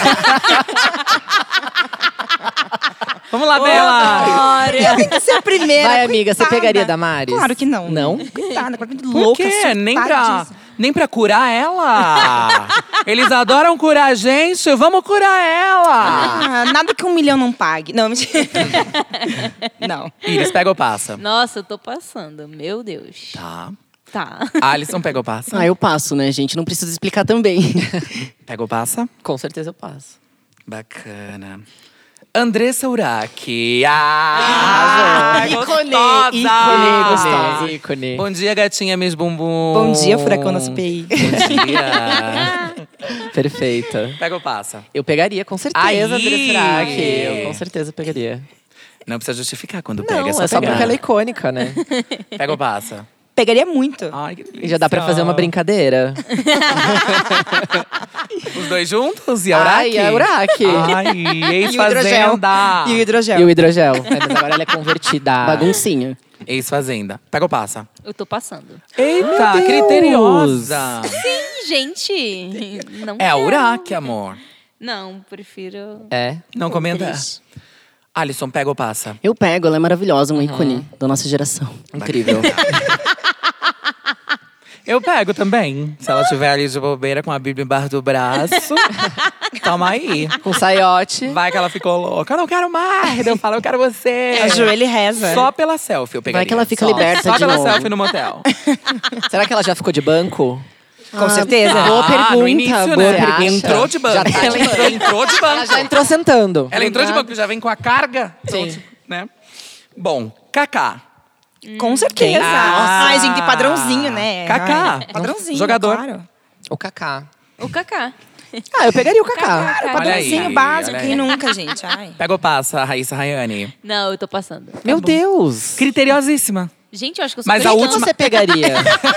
Vamos lá, Bela. Eu tenho que ser a primeira. Vai, amiga, você coitada. pegaria Damares? Claro que não. Não? Coitada, completamente Por louca, quê? surtadíssima. Nem pra curar ela. Eles adoram curar a gente. Vamos curar ela. Ah, nada que 1 milhão não pague. Não, mentira. Não. Iris, pega ou passa? Nossa, eu tô passando. Meu Deus. Tá. Tá. Alisson, pega ou passa? Ah, eu passo, né, gente? Não preciso explicar também. Pega ou passa? Com certeza eu passo. Bacana. Andressa Urach. Ícone, gostosa. ícone, gostosa. Ícone. Bom dia, gatinha, Miss Bumbum. Bom dia, furacão da CPI. Bom dia. Perfeita. Pega ou passa? Eu pegaria, com certeza, Aí! Andressa Urach. Eu com certeza pegaria. Não precisa justificar quando pega, Não, é só é só pegar. porque ela é icônica, né? Pega ou passa? Pegaria muito. Ai, que delícia. E já dá pra fazer uma brincadeira. Os dois juntos? E a Urach? Ai, a Urach. Ai, E o hidrogel. ex-fazenda. E o hidrogel. E o hidrogel. É, mas agora ela é convertida. Baguncinha. Ex-fazenda. Pega ou passa? Eu tô passando. Eita, Deus. criteriosa. Ih, gente. Não É a quero. Urach, amor. Não, prefiro. É. Não comenta. Alisson, pega ou passa? Eu pego, ela é maravilhosa, um ícone da nossa geração. Incrível. Eu pego também. Se ela estiver ali de bobeira com a Bíblia embaixo do braço, toma aí. Com saiote. Vai que ela ficou louca. Eu não quero mais. Eu falo, eu quero você. Ajoelha e reza. Só pela selfie eu pegaria. Vai que ela fica Só. liberta Só de pela novo. selfie no motel. Será que ela já ficou de banco? Com certeza. Boa pergunta, no início, boa né? pergunta. Entrou de banco. Já tá ela entrou de banco. Ela já entrou sentando. Ela entrou de banco, já vem com a carga. Sim. Pronto, né? Bom, Kaká. Com certeza. Ah. Ai, gente, padrãozinho, né? Kaká. Ai, padrãozinho, Jogador. claro. O Kaká. O Kaká. Ah, eu pegaria o Kaká. Kaká. Olha Padrãozinho aí, básico, olha quem aí. nunca, gente? Ai. Pega ou passa, Raíssa Rayane? Não, eu tô passando. Meu Deus. Criteriosíssima. Gente, eu acho que eu sou Mas a Quem que última- você pegaria?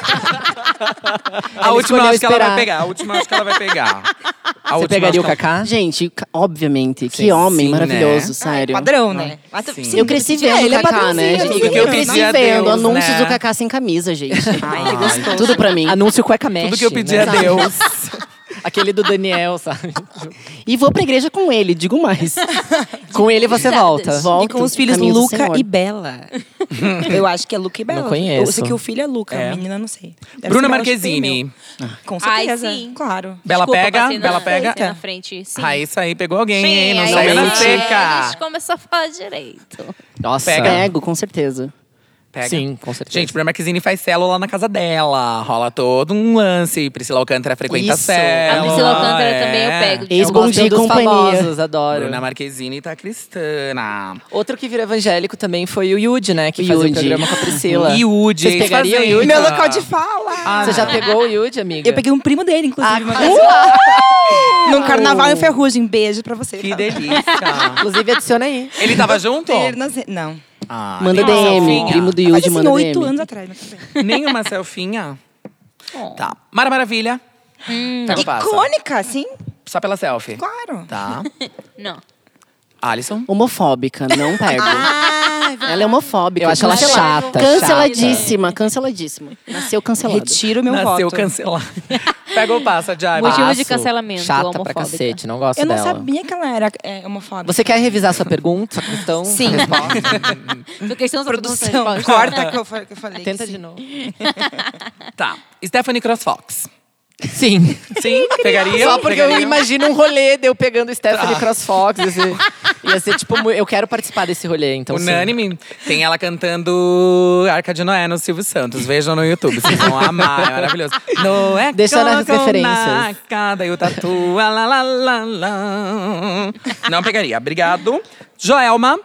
A última eu escolheu acho que ela vai esperar. pegar. A última eu acho que ela vai pegar. A Você última pegaria o eu acho que ela- Kaká? Gente, obviamente, que Sim, homem sim, maravilhoso, né? sério. Padrão, né? Sim. Eu cresci vendo Ele é o Kaká, né, padrãozinho, gente? Tudo que eu cresci pedia a vendo Deus, anúncios né? do Kaká sem camisa, gente. Ai, que gostoso. Tudo pra mim. Anúncio cueca mexe. Tudo que eu pedi né? a Deus. Aquele do Daniel, sabe? E vou pra igreja com ele, digo mais. Com ele você volta. Volto, E com os filhos caminho do Luca Senhor. e Bela. Eu acho que é Luca e Bela. Não conheço. Eu sei que o filho é Luca, É. a menina não sei. Deve Bruna ser Bela Marquezine. Chapéu. Com Ai, certeza, sim. claro. Bela Desculpa, pega, passei na- Bela pega. passei na frente. Sim. Raíssa aí pegou alguém, Sim, hein? Não aí saiu na a gente seca. começou a falar direito. Nossa. Pega. Pego, com certeza. Pega. Sim, com certeza. Gente, Bruna Marquezine faz célula na casa dela. Rola todo um lance. Priscila Alcântara frequenta Isso. célula. A Priscila Alcântara também eu pego. eu Ex-Bom gosto Dia e dos companhia. famosos, adoro. Bruna Marquezine tá cristã. Outro que virou evangélico também foi o Yudi, né? Que O fazia o Yudi. programa com a Priscila. Yudi, Vocês pegariam o ex-fazenda. Yudi? Meu local de fala. Você já pegou o Yudi, amiga? Eu peguei um primo dele, inclusive. uma vez. Num carnaval em Ferrugem. Beijo pra você. Que tá? delícia. Inclusive, adiciona aí. Ele tava junto? Ele nas- Não. Ah, Manda nem uma DM, selfinha? primo do Mas Yudi, assim, manda 8 DM. anos atrás. Mas tudo bem. Nenhuma selfinha? Tá. Mara Maravilha. Pega ou passa? Icônica, sim, Só pela selfie. claro. Tá. Não. Alisson. Homofóbica, não pego. Ela é homofóbica. Eu acho ela cancelada. chata. Canceladíssima, canceladíssima. Nasceu cancelada. Retiro meu Nasceu voto. cancelado. Pega ou passa, Jai. Motivo de Passo. cancelamento Chata pra homofóbica. cacete, não gosto Eu não dela. sabia que ela era homofóbica. Você quer revisar sua pergunta, sua questão? Sim. Sua questão sobre Produção, resposta. corta que eu falei. Tenta que de sim. novo. Tá. Stephanie CrossFox. Sim. Sim, pegaria? Só porque eu Pegaria? imagino um rolê de eu pegando Stephanie CrossFox. Ia ser tipo, eu quero participar desse rolê, então sim. Unânime. Tem ela cantando Arca de Noé no Silvio Santos. Vejam no YouTube, vocês vão amar, é maravilhoso. Noé Deixa nas colocou referências. na cada e o tatu, lá, lá, lá, lá. Não pegaria, obrigado. Joelma.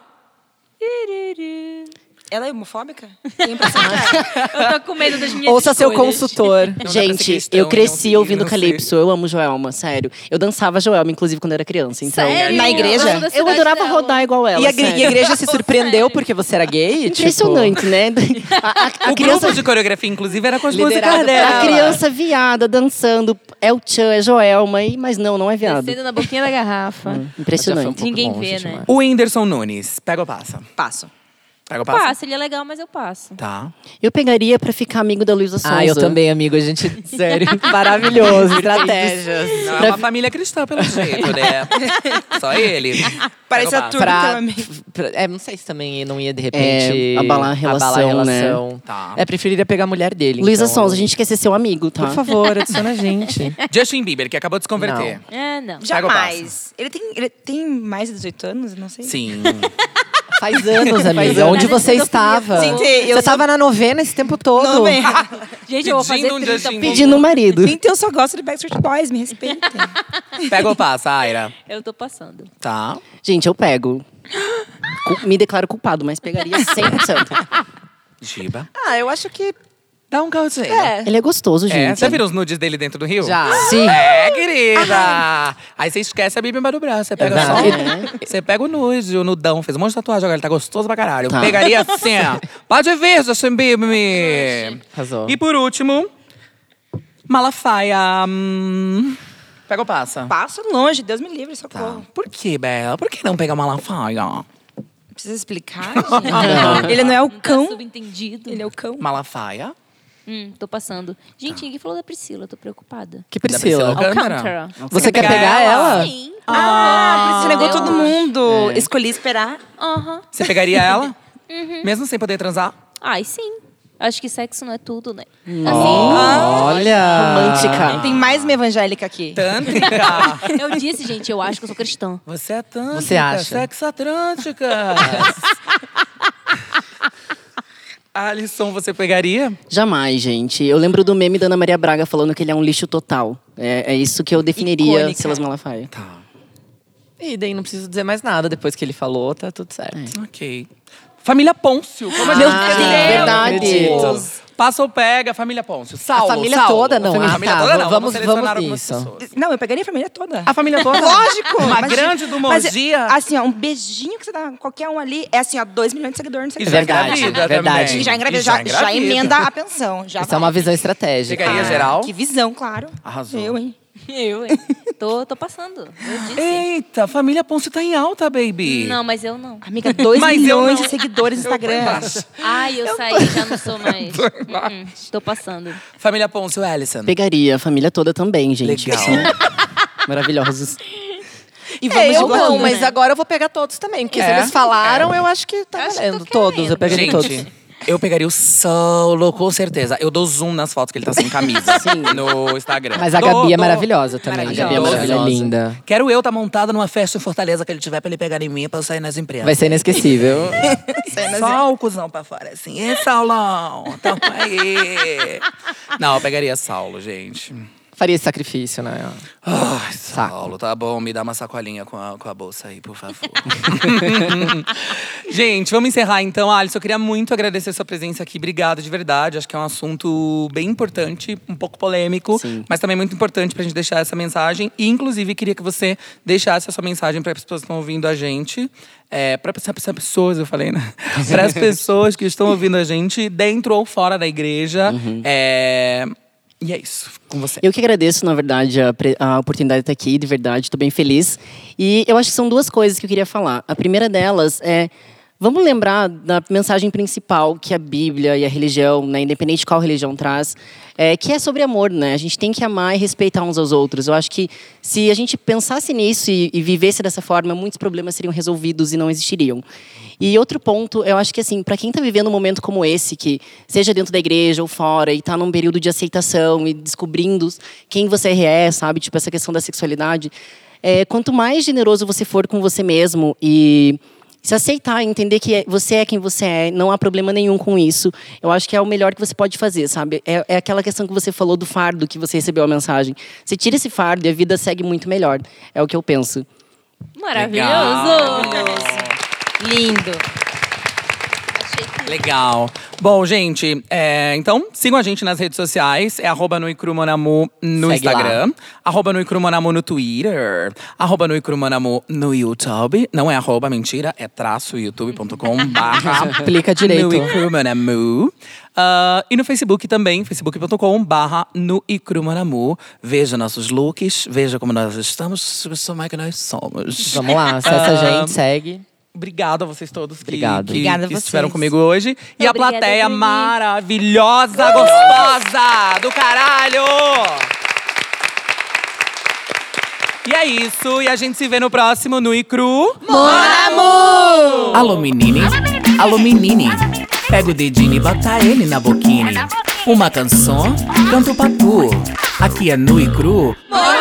Ela é homofóbica? Tenho a impressão que é. Eu tô com medo das minhas Ouça seu escolhas. consultor. Não dá pra ser Gente, cristão eu e cresci não ouvindo ser. Calypso. Eu amo Joelma, sério. Eu dançava Joelma, inclusive, quando eu era criança. Então, Sério? Na igreja? Eu amo da eu cidade adorava dela. rodar igual ela. E a sério. igreja se surpreendeu porque você era gay? Impressionante, né? A O criança, grupo de coreografia, inclusive, era com as Liderado músicas por dela. a criança viada dançando. É o Tchan, é Joelma, mas não é viado. Descendo na boquinha da garrafa. Impressionante. Ninguém vê, né? O Whindersson Nunes. Pega ou passa? Passo. Pega ou passa? Passo, ele é legal, mas eu passo. Tá. Eu pegaria pra ficar amigo da Luísa Sonza. Ah, eu também, amigo. A gente, sério, maravilhoso. Estratégias. Não, é uma família cristã, pelo jeito, né? Só ele. Parece Pega ou a passa? turma que ela me... Não sei se também não ia, de repente… abalar a relação, né? Tá. Preferiria pegar a mulher dele. Luísa então. Sonza, a gente quer ser seu amigo, tá? Por favor, adiciona a gente. Justin Bieber, que acabou de se converter. É, não. Pega ou Jamais. Ele tem mais de 18 anos? Não sei. Sim. Faz anos, amiga. anos. Onde você estava? Gente, eu Você estava na novena esse tempo todo. Não, bem. Gente, eu vou fazer Pedindo um 30 Justin Pedindo um marido. Gente, eu só gosto de Backstreet Boys, me respeitem. Pega ou passa, Aira? Eu tô passando. Tá. Gente, eu pego. Me declaro culpado, mas pegaria 100%. Giba. Ah, eu acho que… Dá um calcinho. Ele é gostoso, É, gente. você viram os nudes dele dentro do rio? Já. Sim. É, querida! Aí você esquece a Bíblia embaixo do braço. Você pega só. Exato. Você pega o nude, o nudão, fez um monte de tatuagem agora, ele tá gostoso pra caralho. Tá. Pegaria assim, ó. Pode ver, Justin Bieber. Arrasou. E por último, Malafaia. Pega ou passa? Passo longe, Deus me livre, socorro. Por que, Bela? Por que não pegar Malafaia? Precisa explicar, gente? Ele não é o Tá cão. subentendido. Ele é o cão. Malafaia? Tô passando. Gente, ninguém falou da Priscila, tô preocupada. Que Priscila. Da Priscila. Alcântara. Você quer pegar pegar ela? ela? Sim. Você negou entendeu? todo mundo. Escolhi esperar. Aham. Você pegaria ela? Mesmo sem poder transar? Ai, sim. Acho que sexo não é tudo, né? Olha! Romântica. Tem mais uma evangélica aqui. Tântrica. Eu disse, gente, eu acho que eu sou cristã. Você é tântrica. Você acha? Sexatrântica. Alisson, você pegaria? Jamais, gente. Eu lembro do meme da Ana Maria Braga falando que ele é um lixo total. É isso que eu definiria Icônica. Silas Malafaia. E daí não preciso dizer mais nada. Depois que ele falou, tá tudo certo. Ok. Família Pôncio. Como a Meu gente Deus, quer verdade. Passa ou pega, família Pôncio. Saulo, A família Saulo. toda, não. A Ah, família tá. toda não. Vamos selecionar nisso. algumas pessoas. Não, eu pegaria a família toda. A família toda? Lógico. Uma mas- grande do mas, Mogia. assim, ó, um beijinho que você dá qualquer um ali é assim, ó, 2 milhões de seguidores no E Instagram. já Verdade, engravida verdade. também. E já engravida, E já engravida. emenda a pensão. Já Isso é uma visão estratégica. Pegaria geral? Que visão, claro. Arrasou. Eu, hein? Eu, hein? Tô passando. Eu disse. Eita, família Pôncio tá em alta, baby. Não, mas eu não. Amiga, 2 Mas eu milhões não. de seguidores no Instagram. Ai, eu saí, já não sou mais. Tô passando. Família Pôncio, Ellison. Pegaria a família toda também, gente. Legal. São maravilhosos. E vamos eu de não, bloquinho, mas né? agora eu vou pegar todos também. Porque se É? eles falaram, eu acho que tá Acho que tô valendo. Todos, eu pegaria todos. Gente, eu pegaria o Saulo, com certeza. Eu dou zoom nas fotos que ele tá sem camisa no Instagram. Mas a Gabi é maravilhosa também. A Gabi é maravilhosa. Ela é linda. Quero eu estar montada numa festa em Fortaleza que ele tiver pra ele pegar em mim pra eu sair nas empresas. Vai ser inesquecível. Só o cuzão pra fora, assim. Ê, Saulão, tamo aí. Não, eu pegaria Saulo, gente. Faria esse sacrifício, né? Ai, Saulo, tá bom. Me dá uma sacolinha com a bolsa aí, por favor. Gente, vamos encerrar então. Alisson, eu queria muito agradecer sua presença aqui. Obrigado, de verdade. Acho que é um assunto bem importante, um pouco polêmico. Sim. Mas também muito importante pra gente deixar essa mensagem. E, inclusive, queria que você deixasse a sua mensagem para as pessoas que estão ouvindo a gente. Para as pessoas, eu falei, né? Para as pessoas que estão ouvindo a gente, dentro ou fora da igreja. E é isso, com você. Eu que agradeço, na verdade, a oportunidade de estar aqui, de verdade, estou bem feliz. E eu acho que são duas coisas que eu queria falar. A primeira delas é, vamos lembrar da mensagem principal que a Bíblia e a religião, né, independente de qual religião traz, que é sobre amor, né? A gente tem que amar e respeitar uns aos outros. Eu acho que se a gente pensasse nisso e vivesse dessa forma, muitos problemas seriam resolvidos e não existiriam. E outro ponto, eu acho que assim, para quem está vivendo um momento como esse, que seja dentro da igreja ou fora, e está num período de aceitação e descobrindo quem você é, sabe? Tipo, essa questão da sexualidade. Quanto mais generoso você for com você mesmo e se aceitar, entender que você é quem você é, não há problema nenhum com isso. Eu acho que é o melhor que você pode fazer, sabe? É aquela questão que você falou do fardo, que você recebeu a mensagem. Você tira esse fardo e a vida segue muito melhor. É o que eu penso. Maravilhoso! Lindo. Legal. Bom, gente, então sigam a gente nas redes sociais. É @nuicrumonamu no Segue Instagram. @nuicrumonamu no Twitter. @nuicrumonamu no YouTube. Não é arroba, mentira. É /youtube.com/ Aplica direito. nuicrumonamu. E no Facebook também, facebook.com/nuicrumonamu. Veja nossos looks, veja como nós estamos, como é que nós somos. Vamos lá, acessa a gente, segue. Obrigado a vocês todos Obrigado. Obrigada a que vocês. estiveram comigo hoje. E a Obrigada, plateia Dani. maravilhosa, gostosa, do caralho! E é isso, e a gente se vê no próximo Nu e Cru. Monamu! Alô, menine. Alô, menine. Pega o dedinho e bota ele na boquine. Uma canção, canto pra tu. Aqui é Nu e Cru. Monamu!